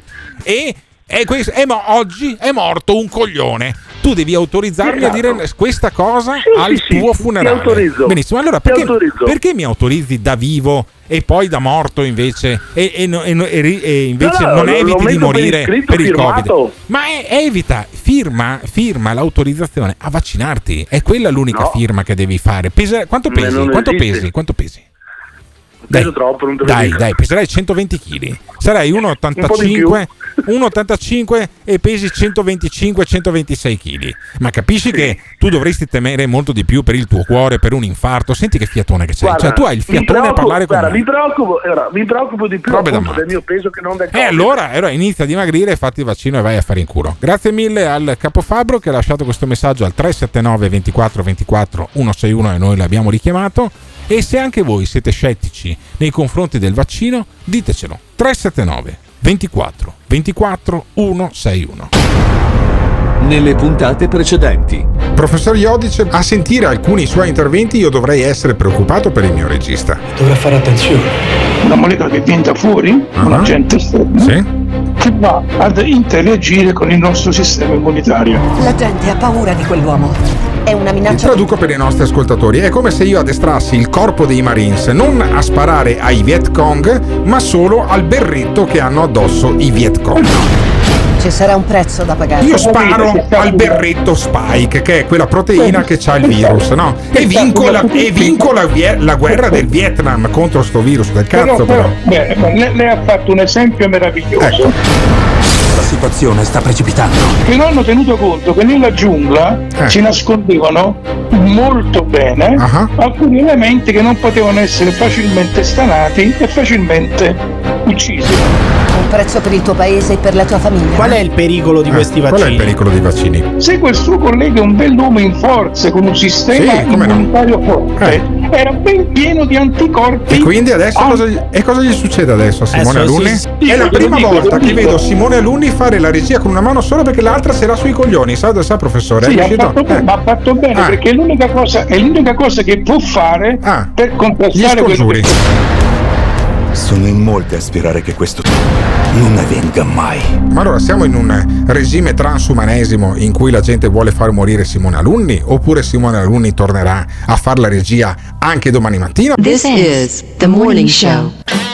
ma oggi è morto un coglione. Tu devi autorizzarmi a dire questa cosa al tuo funerale. Benissimo, allora perché mi autorizzi da vivo e poi da morto invece e invece non eviti di morire per il Covid? Ma firma l'autorizzazione a vaccinarti, è quella l'unica firma che devi fare. Quanto pesi? Dai, peserai 120 kg, sarai 1,85 e pesi 125-126 kg. Ma capisci che tu dovresti temere molto di più per il tuo cuore, per un infarto. Senti che fiatone che c'hai. Cioè, tu hai il fiatone a parlare con me. Mi preoccupo di più del mio peso che non del Covid. Allora inizia a dimagrire, fatti il vaccino e vai a fare in culo. Grazie mille al Capofabbro che ha lasciato questo messaggio al 379 24 24 161 e noi l'abbiamo richiamato. E se anche voi siete scettici nei confronti del vaccino, ditecelo. 379 24 24 161. Nelle puntate precedenti. Professor Iodice, a sentire alcuni suoi interventi io dovrei essere preoccupato per il mio regista. Dovrà fare attenzione. Una molecola che viene da fuori, un agente esterno, che va ad interagire con il nostro sistema immunitario. La gente ha paura di quell'uomo. È una minaccia. Traduco per i nostri ascoltatori: è come se io addestrassi il corpo dei Marines non a sparare ai Viet Cong, ma solo al berretto che hanno addosso i Viet Cong. Ci sarà un prezzo da pagare. Io sparo al berretto Spike, che è quella proteina che c'ha il virus, no? E vinco la guerra del Vietnam contro sto virus del cazzo, però. Lei ha fatto un esempio meraviglioso. Ecco. La situazione sta precipitando. Che non hanno tenuto conto che nella giungla si nascondevano molto bene alcuni elementi che non potevano essere facilmente stanati e facilmente uccisi. Un prezzo per il tuo paese e per la tua famiglia. Qual è il pericolo di questi vaccini? Qual è il pericolo dei vaccini? Se quel suo collega è un bell'uomo in forze con un sistema immunitario forte, era ben pieno di anticorpi. E quindi adesso cosa gli succede adesso a Simone Alunni? Sì, è la prima volta che vedo Simone Alunni fare la regia con una mano sola perché l'altra se l'ha sui coglioni, sa professore? Sì, ha fatto bene perché è l'unica cosa che può fare per contrastare quello che... Sono in molti a sperare che questo non avvenga mai. Ma allora siamo in un regime transumanesimo in cui la gente vuole far morire Simone Alunni, oppure Simone Alunni tornerà a fare la regia anche domani mattina? This is the morning show.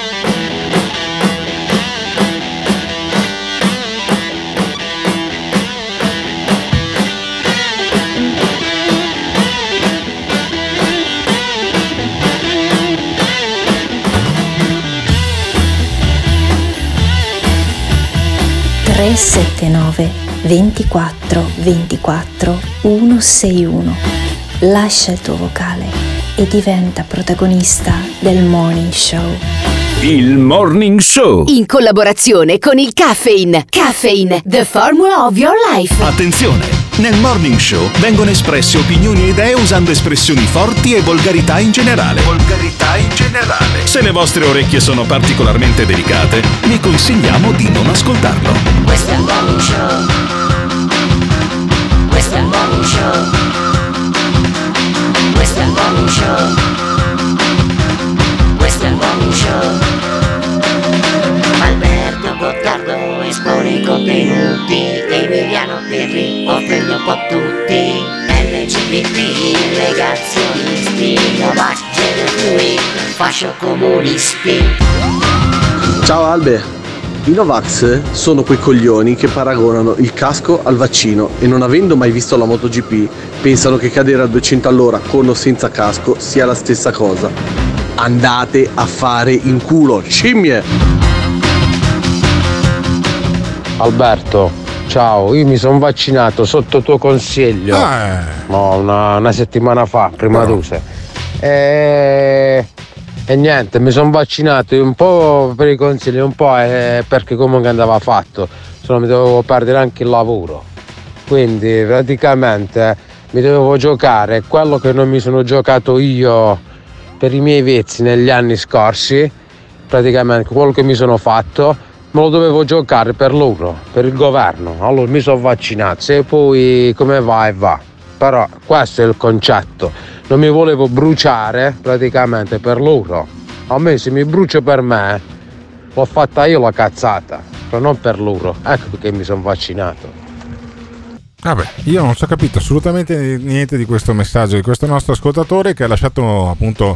Tre 79 24 24 161. Lascia il tuo vocale e diventa protagonista del Morning Show. Il Morning Show, in collaborazione con il Caffeine. Caffeine, the formula of your life. Attenzione! Nel Morning Show vengono espresse opinioni e idee usando espressioni forti e volgarità in generale. Se le vostre orecchie sono particolarmente delicate, vi consigliamo di non ascoltarlo. Questo è il Morning Show. Questo è il Morning Show. Questo è il Morning Show. Questo è il Morning Show. Alberto Gottardo espone i contenuti, Emiliano Pirri offende un po' tutti. LGBT, negazionisti, Novax, gender fluid, fascio comunisti. Ciao Albe, i Novax sono quei coglioni che paragonano il casco al vaccino e non avendo mai visto la MotoGP pensano che cadere a 200 all'ora con o senza casco sia la stessa cosa. Andate a fare in culo, scimmie! Alberto, ciao, io mi sono vaccinato sotto tuo consiglio una settimana fa, prima dose. E niente, mi sono vaccinato un po' per i consigli, un po' perché comunque andava fatto, mi dovevo perdere anche il lavoro. Quindi praticamente mi dovevo giocare quello che non mi sono giocato io per i miei vizi negli anni scorsi, praticamente quello che mi sono fatto me lo dovevo giocare per loro, per il governo. Allora mi sono vaccinato, se poi come va. Però questo è il concetto, non mi volevo bruciare praticamente per loro. A me se mi brucio per me l'ho fatta io la cazzata, però non per loro. Ecco perché mi sono vaccinato. Vabbè, io non ci ho capito assolutamente niente di questo messaggio di questo nostro ascoltatore che ha lasciato appunto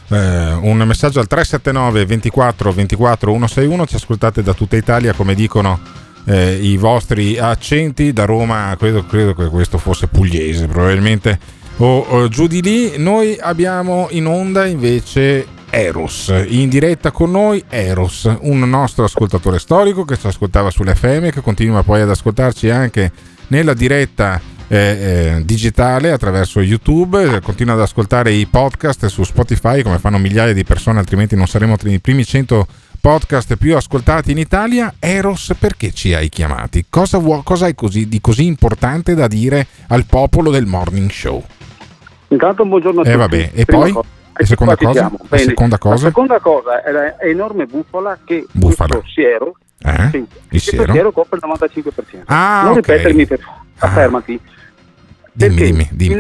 un messaggio al 379 24 24 161. Ci ascoltate da tutta Italia, come dicono i vostri accenti. Da Roma credo che questo fosse pugliese probabilmente o giù di lì. Noi abbiamo in onda invece Eros, in diretta con noi Eros, un nostro ascoltatore storico che ci ascoltava sull'FM, che continua poi ad ascoltarci anche nella diretta digitale attraverso YouTube, continua ad ascoltare i podcast su Spotify come fanno migliaia di persone, altrimenti non saremo tra i primi 100 podcast più ascoltati in Italia. Eros, perché ci hai chiamati? Cosa hai di così importante da dire al popolo del Morning Show? Intanto buongiorno a tutti. Vabbè. E poi? La seconda cosa? La seconda cosa è l'enorme bufala che Bufala. Siero, il Siero copre il 95%. Non ripetermi, affermati. Dimmi. Il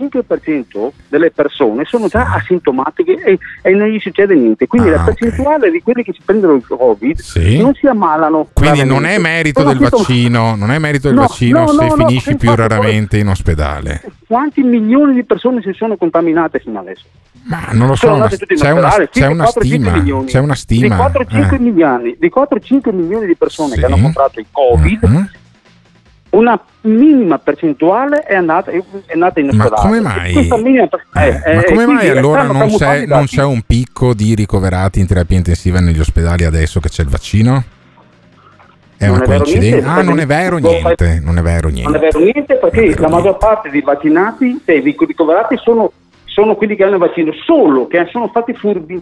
95% delle persone sono già asintomatiche e non gli succede niente, quindi la percentuale di quelli che si prendono il Covid non si ammalano. Quindi non è merito del vaccino, se finisci più raramente in ospedale. Quanti milioni di persone si sono contaminate fino adesso? Ma non lo so, c'è una stima. Di 4-5 milioni di persone che hanno contratto il Covid, una minima percentuale è andata in ospedale. Ma come mai? Allora non c'è un picco di ricoverati in terapia intensiva negli ospedali adesso che c'è il vaccino? È una coincidenza? Non è vero niente. Non è vero niente perché la maggior parte dei vaccinati e dei ricoverati sono quelli che hanno il vaccino, solo che sono stati furbi.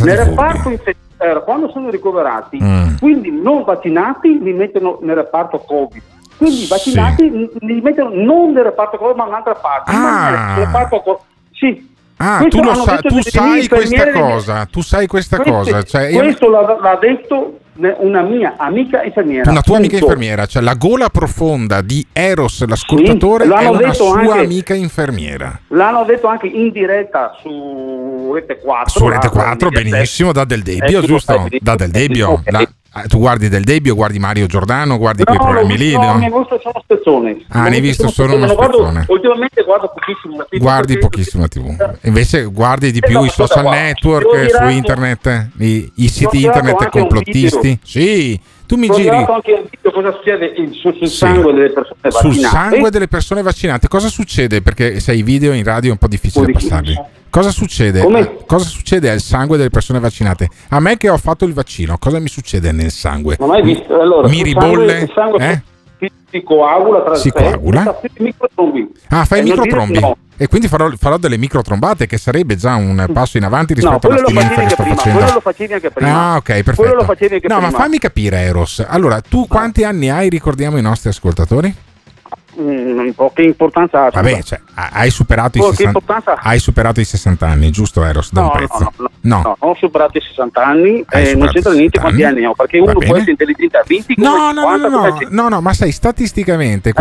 Quando sono ricoverati, quindi non vaccinati li mettono nel reparto Covid. Quindi i vaccinati li mettono non nel reparto Covid ma in un'altra parte. tu sai questa cosa. Tu sai questa cosa. Cioè, questo l'ha detto una mia amica infermiera. Una tua amica infermiera, cioè la gola profonda di Eros, l'ascoltatore, è una sua amica infermiera. L'hanno detto anche in diretta su Rete 4. Su Rete 4, benissimo, da Del Debbio, giusto? Da Del Debbio. Okay. Tu guardi Del Debbio, guardi Mario Giordano, guardi quei programmi lì, no? No, ne ho visto solo spezzone. Ne hai visto solo uno spezzone. Ultimamente guardo pochissimo la TV. Guardi pochissimo la TV. Invece guardi di più i social network, su internet, i siti internet complottisti. Sì, tu mi giri. Ho anche un video cosa succede sul sangue delle persone vaccinate. Sul sangue delle persone vaccinate. Cosa succede? Perché se hai video in radio è un po' difficile passarli. Cosa succede? Cosa succede al sangue delle persone vaccinate? A me che ho fatto il vaccino, cosa mi succede nel sangue? Non hai visto? Allora, mi ribolle? Il sangue si coagula tra si coagula? Fai i microtrombi. No. E quindi farò delle microtrombate, che sarebbe già un passo in avanti rispetto all'astinenza che sto facendo. Quello lo facevi anche prima. Ok, perfetto. Quello lo facevi anche prima. Ma fammi capire, Eros. Allora, tu quanti anni hai, ricordiamo ai nostri ascoltatori? Che importanza ha? Vabbè, cioè, hai superato i 60 anni, giusto, Eros? Da un pezzo. No, ho superato i 60 anni e non c'entra niente quanti anni ho, perché uno può essere intelligente a 20 No, ma sai, statisticamente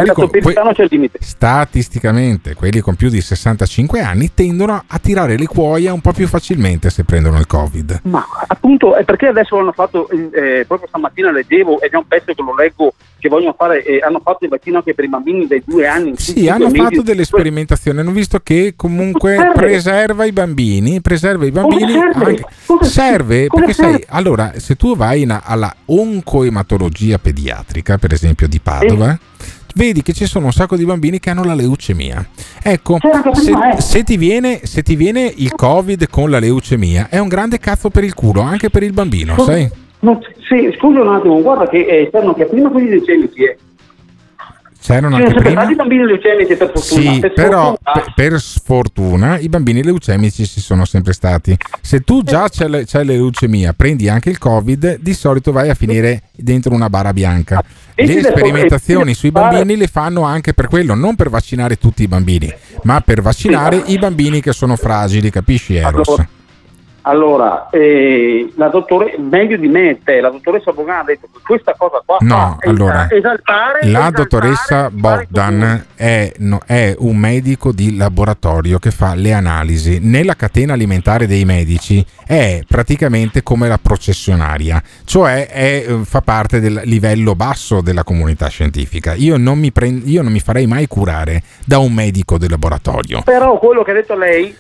quelli con più di 65 anni tendono a tirare le cuoia un po' più facilmente se prendono il Covid. Ma appunto è perché adesso l'hanno fatto, proprio stamattina leggevo, ed è un pezzo che lo leggo, che vogliono fare, hanno fatto il vaccino anche per i bambini dai 2 anni. Sì, hanno fatto delle sperimentazioni, hanno visto che comunque preserva i bambini anche. Serve perché sai, allora, se tu vai alla oncoematologia pediatrica, per esempio di Padova, vedi che ci sono un sacco di bambini che hanno la leucemia. Ecco, se ti viene il Covid con la leucemia, è un grande cazzo per il culo, anche per il bambino, sai? Sì, scusa un attimo, guarda che stanno che prima quelli leucemici c'erano anche prima. I bambini leucemici per fortuna. Sì, però per sfortuna i bambini leucemici ci sono sempre stati. Se tu già c'hai la leucemia, prendi anche il Covid, di solito vai a finire dentro una bara bianca. Le sperimentazioni sui bambini le fanno anche per quello, non per vaccinare tutti i bambini, ma per vaccinare i bambini che sono fragili, capisci, Eros? Allora, la meglio di me e te, la dottoressa Bogdan ha detto che questa cosa qua la dottoressa Bogdan è un medico di laboratorio che fa le analisi. Nella catena alimentare dei medici è praticamente come la processionaria, cioè fa parte del livello basso della comunità scientifica. Io non mi farei mai curare da un medico del laboratorio. Però quello che ha detto lei,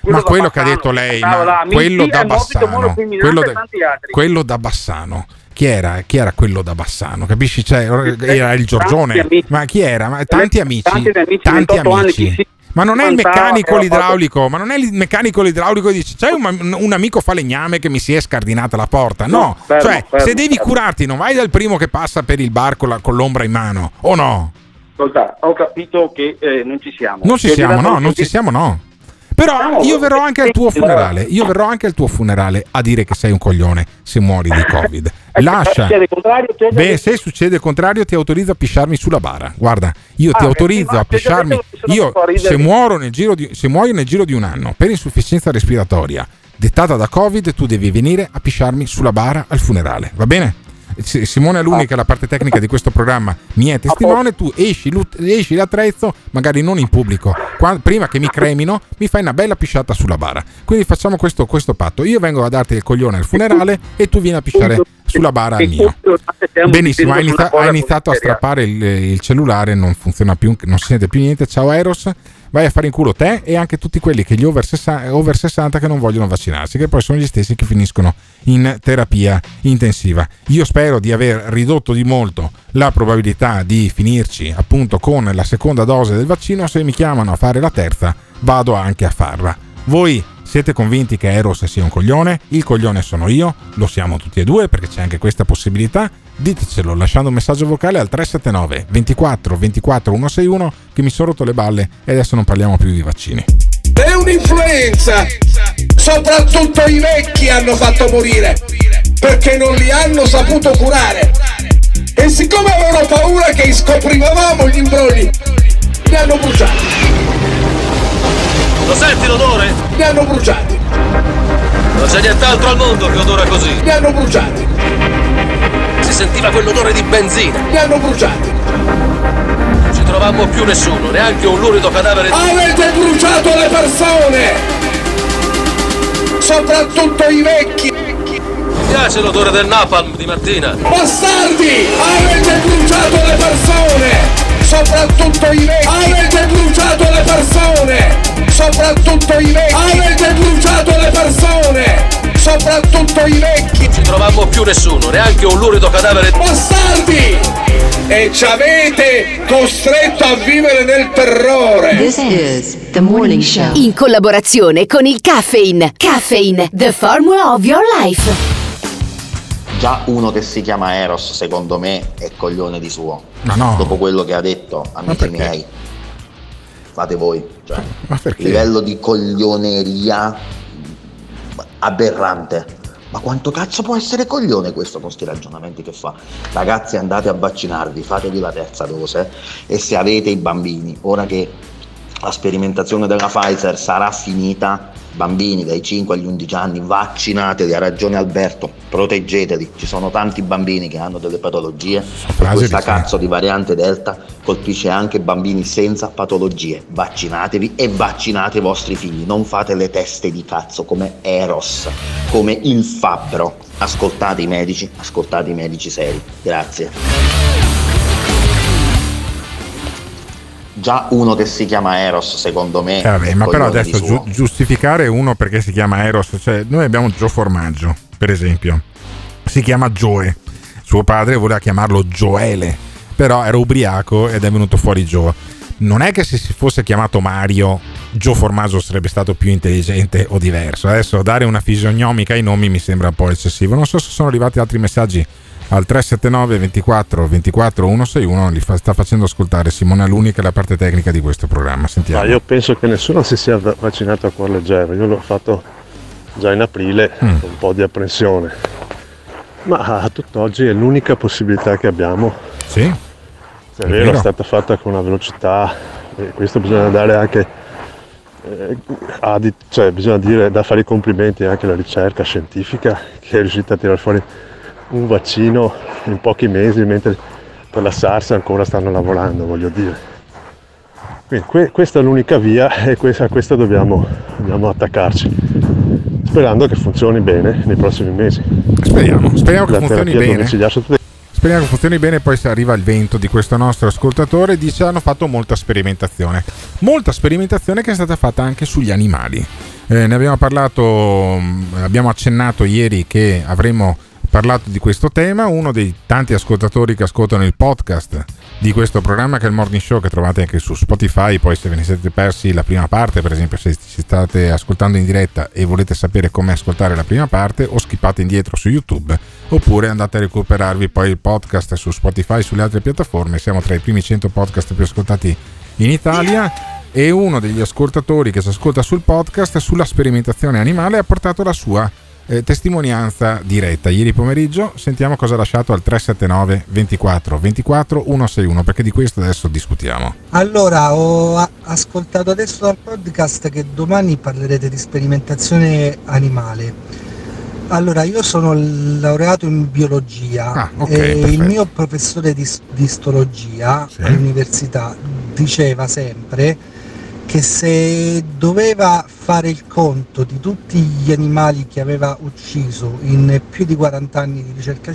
quello da Bassano. Chi era quello da Bassano? Capisci? Cioè, era il Giorgione. Ma chi era? Ma tanti amici. Ma non è il meccanico l'idraulico, che dice c'hai un amico falegname che mi si è scardinata la porta. No, se devi curarti non vai dal primo che passa per il bar con l'ombra in mano, o no? Ascolta, ho capito che non ci siamo. Non ci siamo. Però io verrò anche al tuo funerale. A dire che sei un coglione se muori di Covid. Lascia. Se succede il contrario ti autorizzo a pisciarmi sulla bara. Guarda, io ti autorizzo a pisciarmi. Io se muoio nel giro di un anno per insufficienza respiratoria dettata da Covid, tu devi venire a pisciarmi sulla bara al funerale. Va bene? Simone Aluni, che è la parte tecnica di questo programma, mi è testimone. Tu esci l'attrezzo, magari non in pubblico, prima che mi cremino mi fai una bella pisciata sulla bara. Quindi facciamo questo patto: io vengo a darti il coglione al funerale e tu vieni a pisciare sulla bara al mio. Benissimo, hai iniziato a strappare il cellulare, non funziona più, non si sente più niente. Ciao Eros, vai a fare in culo te e anche tutti quelli che gli over 60 che non vogliono vaccinarsi, che poi sono gli stessi che finiscono in terapia intensiva. Io spero di aver ridotto di molto la probabilità di finirci appunto con la seconda dose del vaccino. Se mi chiamano a fare la terza vado anche a farla. Voi siete convinti che Eros sia un coglione? Il coglione sono io, lo siamo tutti e due, perché c'è anche questa possibilità. Ditecelo lasciando un messaggio vocale al 379 24 24 161, che mi sono rotto le balle e adesso non parliamo più di vaccini. È un'influenza, soprattutto i vecchi hanno fatto morire perché non li hanno saputo curare, e siccome avevano paura che scoprivamo gli imbrogli li hanno bruciati. Lo senti l'odore? Li hanno bruciati. Non c'è nient'altro al mondo che odora così. Li hanno bruciati. Si sentiva quell'odore di benzina. Li hanno bruciati. Non ci trovammo più nessuno, neanche un lurido cadavere. Avete bruciato le persone! Soprattutto i vecchi! Mi piace l'odore del napalm di mattina. Bastardi! Avete bruciato le persone! Soprattutto i vecchi! Avete bruciato le persone! Soprattutto i vecchi! Avete bruciato le persone! Soprattutto i vecchi! Non ci trovammo più nessuno, neanche un lurido cadavere. Bastardi! E ci avete costretto a vivere nel terrore! This is the morning show. In collaborazione con il Caffeine. Caffeine, the formula of your life. Già uno che si chiama Eros, secondo me, è coglione di suo. Ma no. Dopo quello che ha detto, amici miei, fate voi. Cioè, livello di coglioneria aberrante. Ma quanto cazzo può essere coglione questo con sti ragionamenti che fa? Ragazzi, andate a vaccinarvi, fatevi la terza dose e se avete i bambini, ora che la sperimentazione della Pfizer sarà finita, bambini dai 5 agli 11 anni vaccinatevi, ha ragione Alberto, proteggetevi, ci sono tanti bambini che hanno delle patologie e questa cazzo di variante Delta colpisce anche bambini senza patologie. Vaccinatevi e vaccinate i vostri figli, non fate le teste di cazzo come Eros, come il fabbro. Ascoltate i medici seri. Grazie. Già uno che si chiama Eros, secondo me. Vabbè, ma però adesso giustificare uno perché si chiama Eros, cioè noi abbiamo Gio Formaggio, per esempio, si chiama Joe, suo padre voleva chiamarlo Gioele, però era ubriaco ed è venuto fuori Joe. Non è che se si fosse chiamato Mario, Gio Formaggio sarebbe stato più intelligente o diverso. Adesso dare una fisionomica ai nomi mi sembra un po' eccessivo. Non so se sono arrivati altri messaggi al 379 24 24 161, li sta facendo ascoltare Simone Aluni, che è la parte tecnica di questo programma. Sentiamo. Ma io penso che nessuno si sia vaccinato a cuor leggero, io l'ho fatto già in aprile con un po' di apprensione, ma a tutt'oggi è l'unica possibilità che abbiamo. Sì, è vero, è stata fatta con una velocità, e questo bisogna dare anche bisogna dire, da fare i complimenti anche alla ricerca scientifica che è riuscita a tirare fuori un vaccino in pochi mesi, mentre per la SARS ancora stanno lavorando, voglio dire. Quindi questa è l'unica via e a questa dobbiamo attaccarci, sperando che funzioni bene nei prossimi mesi. Speriamo che funzioni bene. Speriamo che funzioni bene. Poi se arriva il vento di questo nostro ascoltatore, dice hanno fatto molta sperimentazione che è stata fatta anche sugli animali. Ne abbiamo parlato, abbiamo accennato ieri che avremmo parlato di questo tema. Uno dei tanti ascoltatori che ascoltano il podcast di questo programma, che è il Morning Show, che trovate anche su Spotify. Poi se ve ne siete persi la prima parte, per esempio se ci state ascoltando in diretta e volete sapere come ascoltare la prima parte, o skippate indietro su YouTube, oppure andate a recuperarvi poi il podcast su Spotify e sulle altre piattaforme. Siamo tra i primi 100 podcast più ascoltati in Italia, e uno degli ascoltatori che si ascolta sul podcast sulla sperimentazione animale ha portato la sua testimonianza diretta ieri pomeriggio. Sentiamo cosa ha lasciato al 379 24 24 161, perché di questo adesso discutiamo. Allora, ho ascoltato adesso dal podcast che domani parlerete di sperimentazione animale. Allora, io sono laureato in biologia e il mio professore di istologia all'università diceva sempre che se doveva fare il conto di tutti gli animali che aveva ucciso in più di 40 anni di ricerca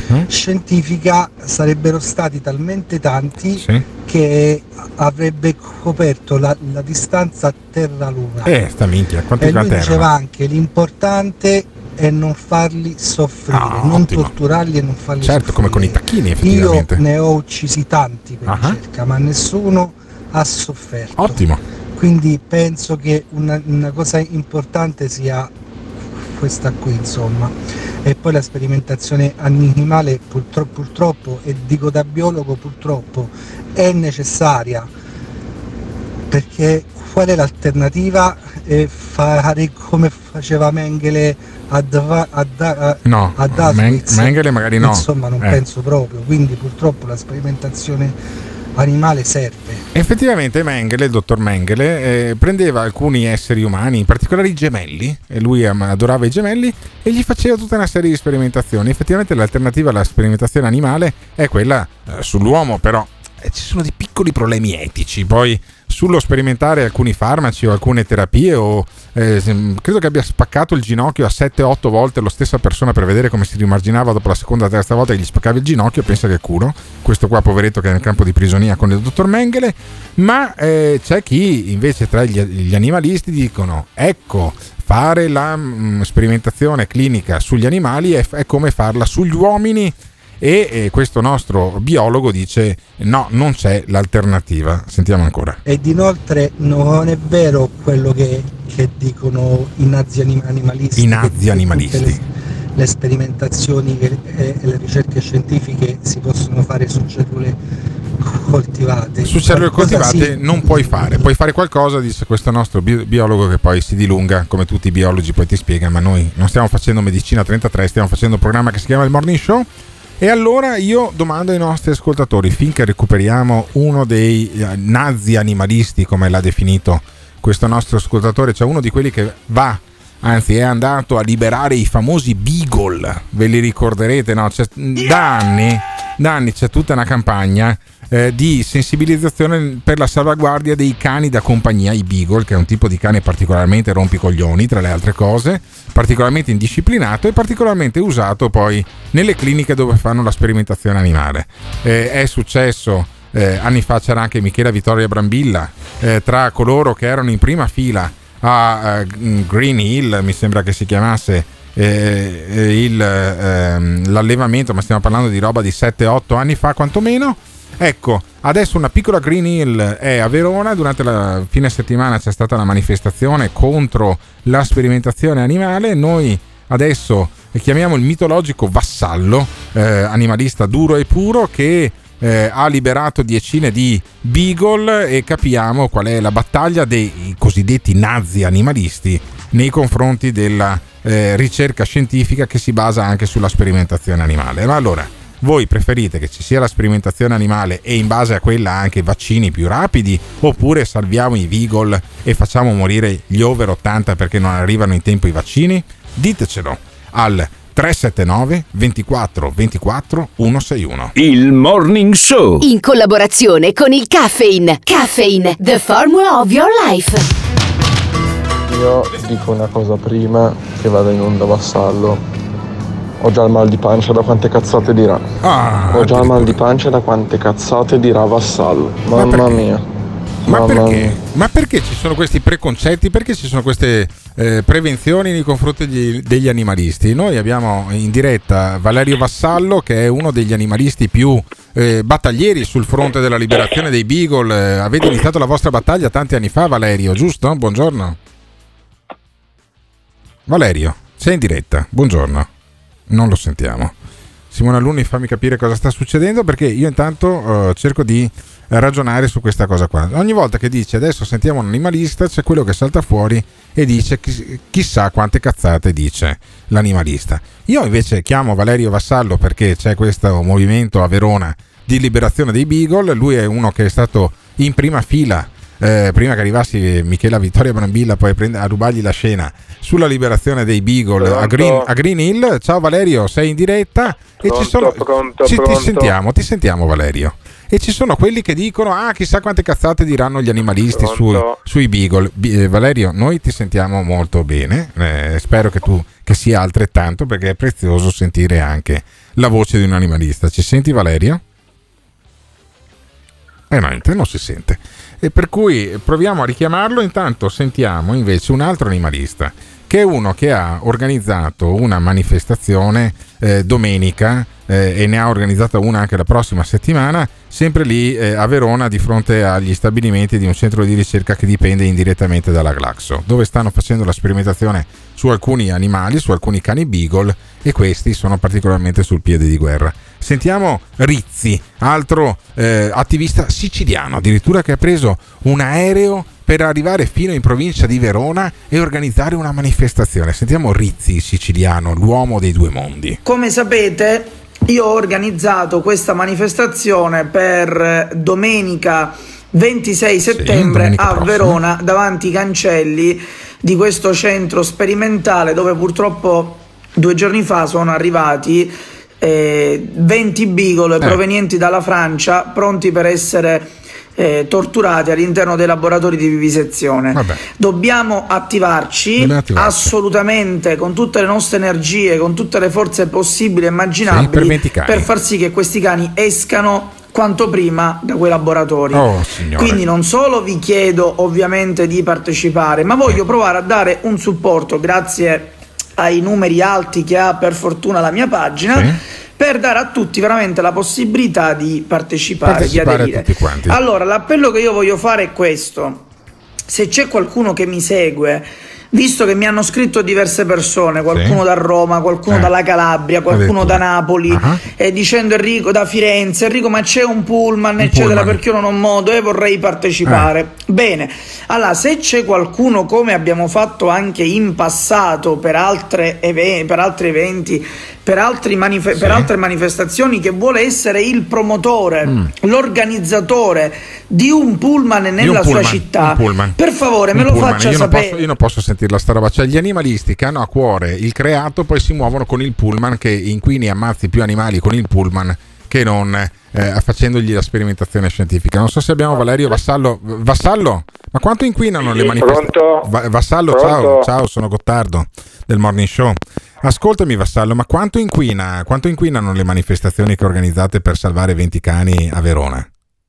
scientifica sarebbero stati talmente tanti che avrebbe coperto la distanza Terra-Luna. Sta minchia, quanto e lui diceva anche l'importante è non farli soffrire, non torturarli e non farli soffrire. Certo, come con i tacchini effettivamente. Io ne ho uccisi tanti per ricerca, ma nessuno ha sofferto. Ottimo. Quindi penso che una cosa importante sia questa qui, insomma. E poi la sperimentazione animale purtroppo, e dico da biologo purtroppo, è necessaria, perché qual è l'alternativa? Fare come faceva Mengele ad Auschwitz? Mengele magari no. Insomma, non penso proprio. Quindi purtroppo la sperimentazione animale serve. Effettivamente Mengele, il dottor Mengele, prendeva alcuni esseri umani, in particolare i gemelli, e lui adorava i gemelli, e gli faceva tutta una serie di sperimentazioni. Effettivamente l'alternativa alla sperimentazione animale è quella sull'uomo, però ci sono dei piccoli problemi etici. Poi sullo sperimentare alcuni farmaci o alcune terapie, o credo che abbia spaccato il ginocchio a 7-8 volte la stessa persona per vedere come si rimarginava dopo la seconda o terza volta che gli spaccava il ginocchio. Pensa che culo, questo qua poveretto che è nel campo di prigionia con il dottor Mengele. Ma c'è chi invece tra gli animalisti dicono: ecco, fare la sperimentazione clinica sugli animali è come farla sugli uomini. E questo nostro biologo dice no, non c'è l'alternativa. Sentiamo ancora. Ed inoltre non è vero quello che dicono i nazi animalisti. I nazi animalisti. Le sperimentazioni e le ricerche scientifiche si possono fare su cellule coltivate. Su cellule coltivate sì. Non puoi fare qualcosa, dice questo nostro biologo, che poi si dilunga come tutti i biologi, poi ti spiega: ma noi non stiamo facendo Medicina 33, stiamo facendo un programma che si chiama il Morning Show. E allora io domando ai nostri ascoltatori, finché recuperiamo uno dei nazi animalisti, come l'ha definito questo nostro ascoltatore, cioè uno di quelli che anzi è andato a liberare i famosi Beagle, ve li ricorderete, no? Da anni c'è tutta una campagna di sensibilizzazione per la salvaguardia dei cani da compagnia, i Beagle, che è un tipo di cane particolarmente rompicoglioni, tra le altre cose, particolarmente indisciplinato e particolarmente usato poi nelle cliniche dove fanno la sperimentazione animale. È successo anni fa, c'era anche Michela Vittoria Brambilla tra coloro che erano in prima fila a Green Hill, mi sembra che si chiamasse l'allevamento, ma stiamo parlando di roba di 7-8 anni fa quantomeno. Ecco, adesso una piccola Green Hill è a Verona. Durante la fine settimana c'è stata una manifestazione contro la sperimentazione animale. Noi adesso chiamiamo il mitologico Vassallo, animalista duro e puro, che ha liberato decine di Beagle, e capiamo qual è la battaglia dei cosiddetti nazi animalisti nei confronti della ricerca scientifica che si basa anche sulla sperimentazione animale. Ma allora, voi preferite che ci sia la sperimentazione animale e in base a quella anche vaccini più rapidi, oppure salviamo i Beagle e facciamo morire gli over 80 perché non arrivano in tempo i vaccini? Ditecelo al 379 24 24 161. Il Morning Show, in collaborazione con il Caffeine. Caffeine, the formula of your life. Io dico una cosa prima che vada in onda Vassallo. Ho già il mal di pancia da quante cazzate dirà. Ho già il mal di pancia da quante cazzate dirà Vassallo. Mamma mia. Ma perché? Ma perché ci sono questi preconcetti? Perché ci sono queste prevenzioni nei confronti degli animalisti? Noi abbiamo in diretta Valerio Vassallo, che è uno degli animalisti più battaglieri sul fronte della liberazione dei Beagle. Avete iniziato la vostra battaglia tanti anni fa, Valerio, giusto? Buongiorno. Valerio, sei in diretta. Buongiorno. Non lo sentiamo. Simona Luni, fammi capire cosa sta succedendo, perché io intanto cerco di ragionare su questa cosa qua. Ogni volta che dice adesso sentiamo un animalista, c'è quello che salta fuori e dice chissà quante cazzate dice l'animalista. Io invece chiamo Valerio Vassallo perché c'è questo movimento a Verona di liberazione dei Beagle. Lui è uno che è stato in prima fila prima che arrivassi Michela Vittoria Brambilla poi a rubargli la scena sulla liberazione dei Beagle a Green Hill. Ciao Valerio, sei in diretta e ci sono ti sentiamo Valerio, e ci sono quelli che dicono chissà quante cazzate diranno gli animalisti sui Beagle. Valerio, noi ti sentiamo molto bene, spero che sia altrettanto, perché è prezioso sentire anche la voce di un animalista. Ci senti Valerio? Niente, non si sente, e per cui proviamo a richiamarlo. Intanto sentiamo invece un altro animalista, che è uno che ha organizzato una manifestazione domenica e ne ha organizzata una anche la prossima settimana, sempre lì a Verona, di fronte agli stabilimenti di un centro di ricerca che dipende indirettamente dalla Glaxo, dove stanno facendo la sperimentazione su alcuni animali, su alcuni cani Beagle, e questi sono particolarmente sul piede di guerra. Sentiamo Rizzi, altro attivista siciliano, addirittura, che ha preso un aereo per arrivare fino in provincia di Verona e organizzare una manifestazione. Sentiamo Rizzi, siciliano, l'uomo dei due mondi. Come sapete, io ho organizzato questa manifestazione per domenica 26 settembre a Verona, davanti ai cancelli di questo centro sperimentale dove purtroppo 2 giorni fa sono arrivati 20 beagle provenienti dalla Francia, pronti per essere torturati all'interno dei laboratori di vivisezione. Dobbiamo attivarci assolutamente con tutte le nostre energie, con tutte le forze possibili e immaginabili per far sì che questi cani escano quanto prima da quei laboratori. Quindi non solo vi chiedo ovviamente di partecipare, ma voglio provare a dare un supporto grazie ai numeri alti che ha per fortuna la mia pagina, per dare a tutti veramente la possibilità di partecipare, di aderire. Allora, l'appello che io voglio fare è questo: se c'è qualcuno che mi segue, visto che mi hanno scritto diverse persone, qualcuno da Roma, qualcuno dalla Calabria, qualcuno da Napoli, dicendo Enrico da Firenze, Enrico ma c'è un pullman eccetera, perché io non ho modo e vorrei partecipare. Bene, allora se c'è qualcuno, come abbiamo fatto anche in passato per altri eventi, per altre manifestazioni, che vuole essere il promotore, l'organizzatore di un pullman nella sua città, per favore me lo faccia sapere. Io non posso sentirla sta roba, cioè gli animalisti che hanno a cuore il creato poi si muovono con il pullman, che inquini e ammazzi più animali con il pullman che non facendogli la sperimentazione scientifica. Non so se abbiamo Valerio Vassallo, ma quanto inquinano le manifestazioni? Vassallo, ciao, sono Gottardo del Morning Show. Ascoltami Vassallo, ma quanto inquinano le manifestazioni che organizzate per salvare 20 cani a Verona?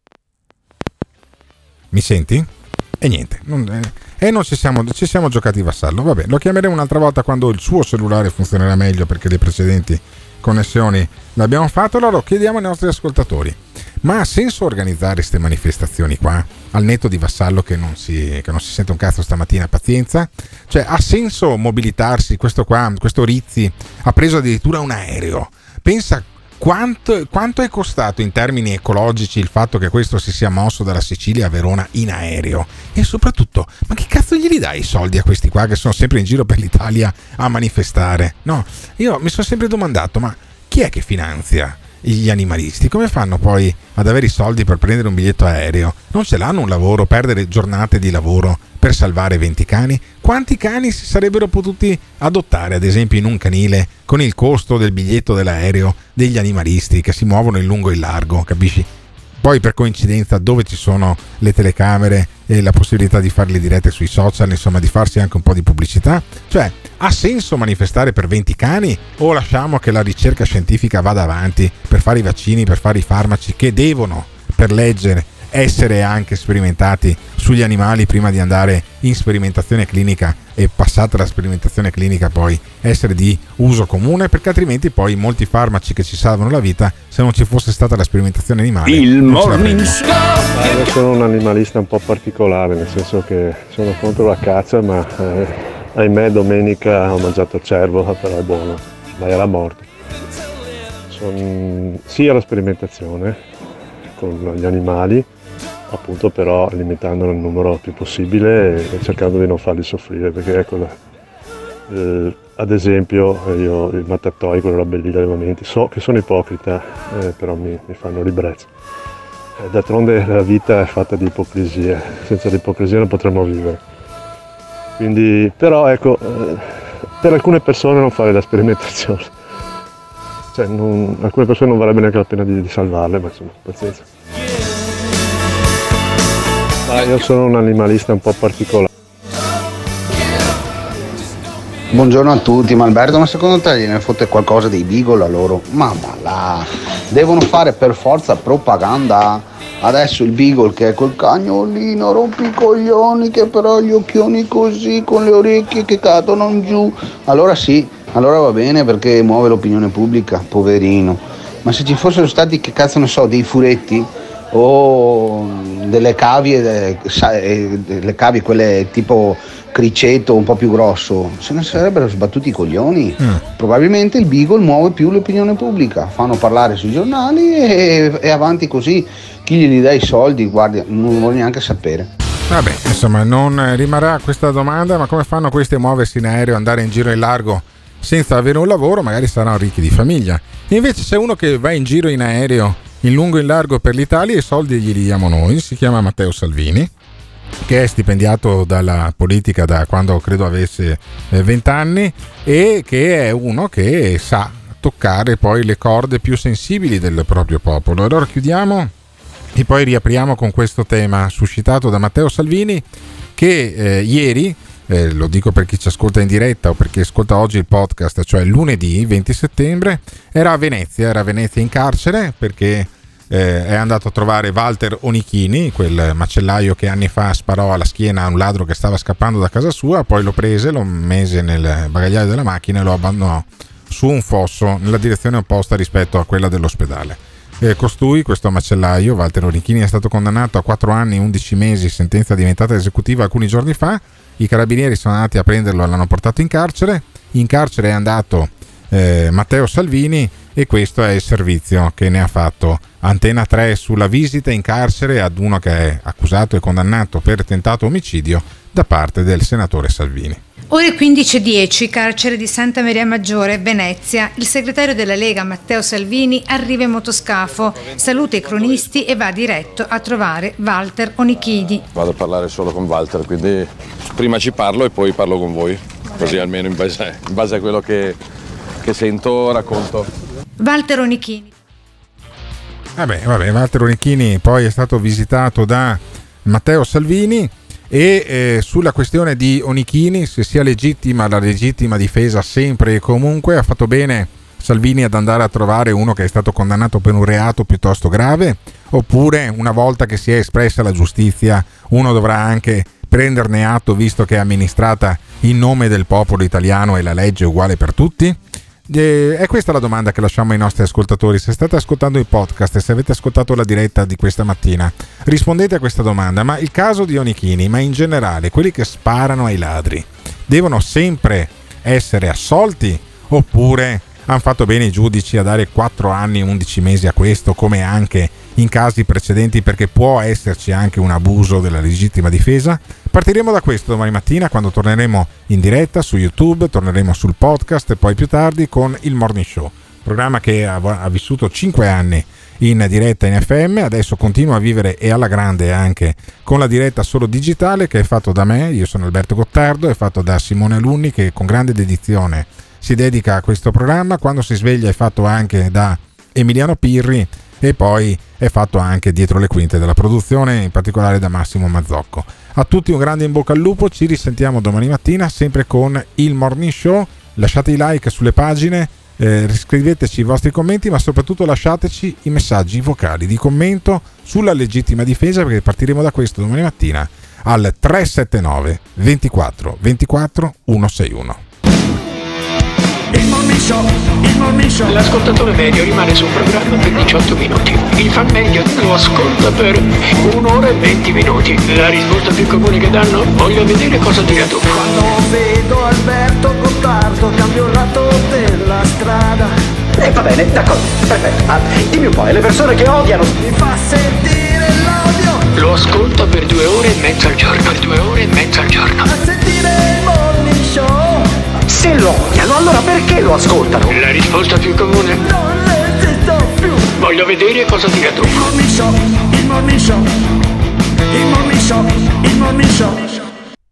Mi senti? E niente, non ci siamo giocati Vassallo. Vabbè, lo chiameremo un'altra volta quando il suo cellulare funzionerà meglio, perché le precedenti connessioni l'abbiamo fatto. Allora lo chiediamo ai nostri ascoltatori: ma ha senso organizzare queste manifestazioni qua, al netto di Vassallo che non si sente un cazzo stamattina, pazienza? Cioè, ha senso mobilitarsi? Questo Rizzi ha preso addirittura un aereo. Pensa quanto è costato in termini ecologici il fatto che questo si sia mosso dalla Sicilia a Verona in aereo, e soprattutto, ma che cazzo glieli dai i soldi a questi qua che sono sempre in giro per l'Italia a manifestare? No, io mi sono sempre domandato, ma chi è che finanzia gli animalisti? Come fanno poi ad avere i soldi per prendere un biglietto aereo? Non ce l'hanno un lavoro, perdere giornate di lavoro per salvare 20 cani? Quanti cani si sarebbero potuti adottare, ad esempio, in un canile con il costo del biglietto dell'aereo degli animalisti che si muovono in lungo e in largo, capisci? Poi per coincidenza dove ci sono le telecamere e la possibilità di fare le dirette sui social, insomma di farsi anche un po' di pubblicità. Cioè, ha senso manifestare per 20 cani o lasciamo che la ricerca scientifica vada avanti per fare i vaccini, per fare i farmaci che devono, per legge, essere anche sperimentati sugli animali prima di andare in sperimentazione clinica, e passata la sperimentazione clinica poi essere di uso comune, perché altrimenti poi molti farmaci che ci salvano la vita, se non ci fosse stata la sperimentazione animale, il Morning Show. Io sono un animalista un po' particolare, nel senso che sono contro la caccia, ma ahimè domenica ho mangiato cervo, però è buono, vai alla morte. Sì alla sperimentazione con gli animali, appunto, però limitandolo il numero più possibile e cercando di non farli soffrire, perché ecco, ad esempio io i mattatoi, quello là belli allevamenti, so che sono ipocrita, però mi fanno ribrezzo. D'altronde la vita è fatta di ipocrisie, senza l'ipocrisia non potremmo vivere. Quindi, però ecco, per alcune persone non fare la sperimentazione, cioè alcune persone non varrebbe neanche la pena di salvarle, ma insomma, pazienza. Io sono un animalista un po' particolare. Buongiorno a tutti, ma Alberto, ma secondo te gliene fotte qualcosa dei beagle a loro? Mamma là, devono fare per forza propaganda. Adesso il beagle, che è quel cagnolino rompi i coglioni, che però ha gli occhioni così, con le orecchie che cadono in giù, allora sì, allora va bene, perché muove l'opinione pubblica, poverino. Ma se ci fossero stati, che cazzo ne so, dei furetti o delle cavie, le cavie quelle tipo criceto un po' più grosso, se ne sarebbero sbattuti i coglioni. Probabilmente il beagle muove più l'opinione pubblica, fanno parlare sui giornali e avanti così. Chi gli dà i soldi, guardi, non vuole neanche sapere. Vabbè, insomma, non rimarrà questa domanda, ma come fanno questi a muoversi in aereo, andare in giro in largo senza avere un lavoro, magari saranno ricchi di famiglia. E invece c'è uno che va in giro in aereo in lungo e in largo per l'Italia e i soldi glieli diamo noi, si chiama Matteo Salvini, che è stipendiato dalla politica da quando credo avesse 20 anni e che è uno che sa toccare poi le corde più sensibili del proprio popolo. Allora chiudiamo e poi riapriamo con questo tema suscitato da Matteo Salvini, che ieri, lo dico per chi ci ascolta in diretta o per chi ascolta oggi il podcast, cioè lunedì 20 settembre, era a Venezia in carcere perché è andato a trovare Walter Onichini, quel macellaio che anni fa sparò alla schiena a un ladro che stava scappando da casa sua, poi lo prese, lo mise nel bagagliaio della macchina e lo abbandonò su un fosso nella direzione opposta rispetto a quella dell'ospedale. Questo macellaio, Walter Onichini, è stato condannato a 4 anni e 11 mesi, sentenza diventata esecutiva alcuni giorni fa. I carabinieri sono andati a prenderlo e l'hanno portato in carcere. In carcere è andato Matteo Salvini e questo è il servizio che ne ha fatto Antena 3 sulla visita in carcere ad uno che è accusato e condannato per tentato omicidio da parte del senatore Salvini. Ore 15:10, carcere di Santa Maria Maggiore, Venezia. Il segretario della Lega Matteo Salvini arriva in motoscafo, saluta i cronisti e va diretto a trovare Walter Onichini. Vado a parlare solo con Walter, quindi prima ci parlo e poi parlo con voi, così almeno in base a quello che sento racconto. Walter Onichini. Vabbè, Walter Onichini poi è stato visitato da Matteo Salvini e sulla questione di Onichini, se sia legittima la legittima difesa sempre e comunque, ha fatto bene Salvini ad andare a trovare uno che è stato condannato per un reato piuttosto grave, oppure una volta che si è espressa la giustizia uno dovrà anche prenderne atto visto che è amministrata in nome del popolo italiano e la legge è uguale per tutti? È questa la domanda che lasciamo ai nostri ascoltatori. Se state ascoltando il podcast e se avete ascoltato la diretta di questa mattina, rispondete a questa domanda: ma il caso di Onichini, ma in generale quelli che sparano ai ladri, devono sempre essere assolti oppure hanno fatto bene i giudici a dare 4 anni e 11 mesi a questo, come anche in casi precedenti, perché può esserci anche un abuso della legittima difesa? Partiremo da questo domani mattina quando torneremo in diretta su YouTube, torneremo sul podcast e poi più tardi con il Morning Show, programma che ha vissuto 5 anni in diretta in FM, adesso continua a vivere e alla grande anche con la diretta solo digitale che è fatto da me, io sono Alberto Gottardo, è fatto da Simone Alunni che con grande dedizione si dedica a questo programma, quando si sveglia è fatto anche da Emiliano Pirri e poi è fatto anche dietro le quinte della produzione, in particolare da Massimo Mazzocco. A tutti un grande in bocca al lupo, ci risentiamo domani mattina sempre con il Morning Show, lasciate i like sulle pagine, scriveteci i vostri commenti, ma soprattutto lasciateci i messaggi vocali di commento sulla legittima difesa, perché partiremo da questo domani mattina al 379 24 24 161. Il Morning Show. L'ascoltatore medio rimane sul programma per 18 minuti. Il fan medio lo ascolta per 1 ora e 20 minuti. La risposta più comune che danno: voglio vedere cosa dirà dopo. Quando vedo Alberto Gottardo cambio il lato della strada. Va bene, d'accordo, perfetto. Dimmi un po', le persone che odiano mi fa sentire l'odio. Lo ascolta per 2 ore e mezza al giorno. Per 2 ore e mezza al giorno. A sentire il Morning Show. Se lo odiano, allora perché lo ascoltano? La risposta più comune: non esisto più. Voglio vedere cosa dirà dopo. Il Morning Show, il Morning Show, il Morning Show, il Morning Show.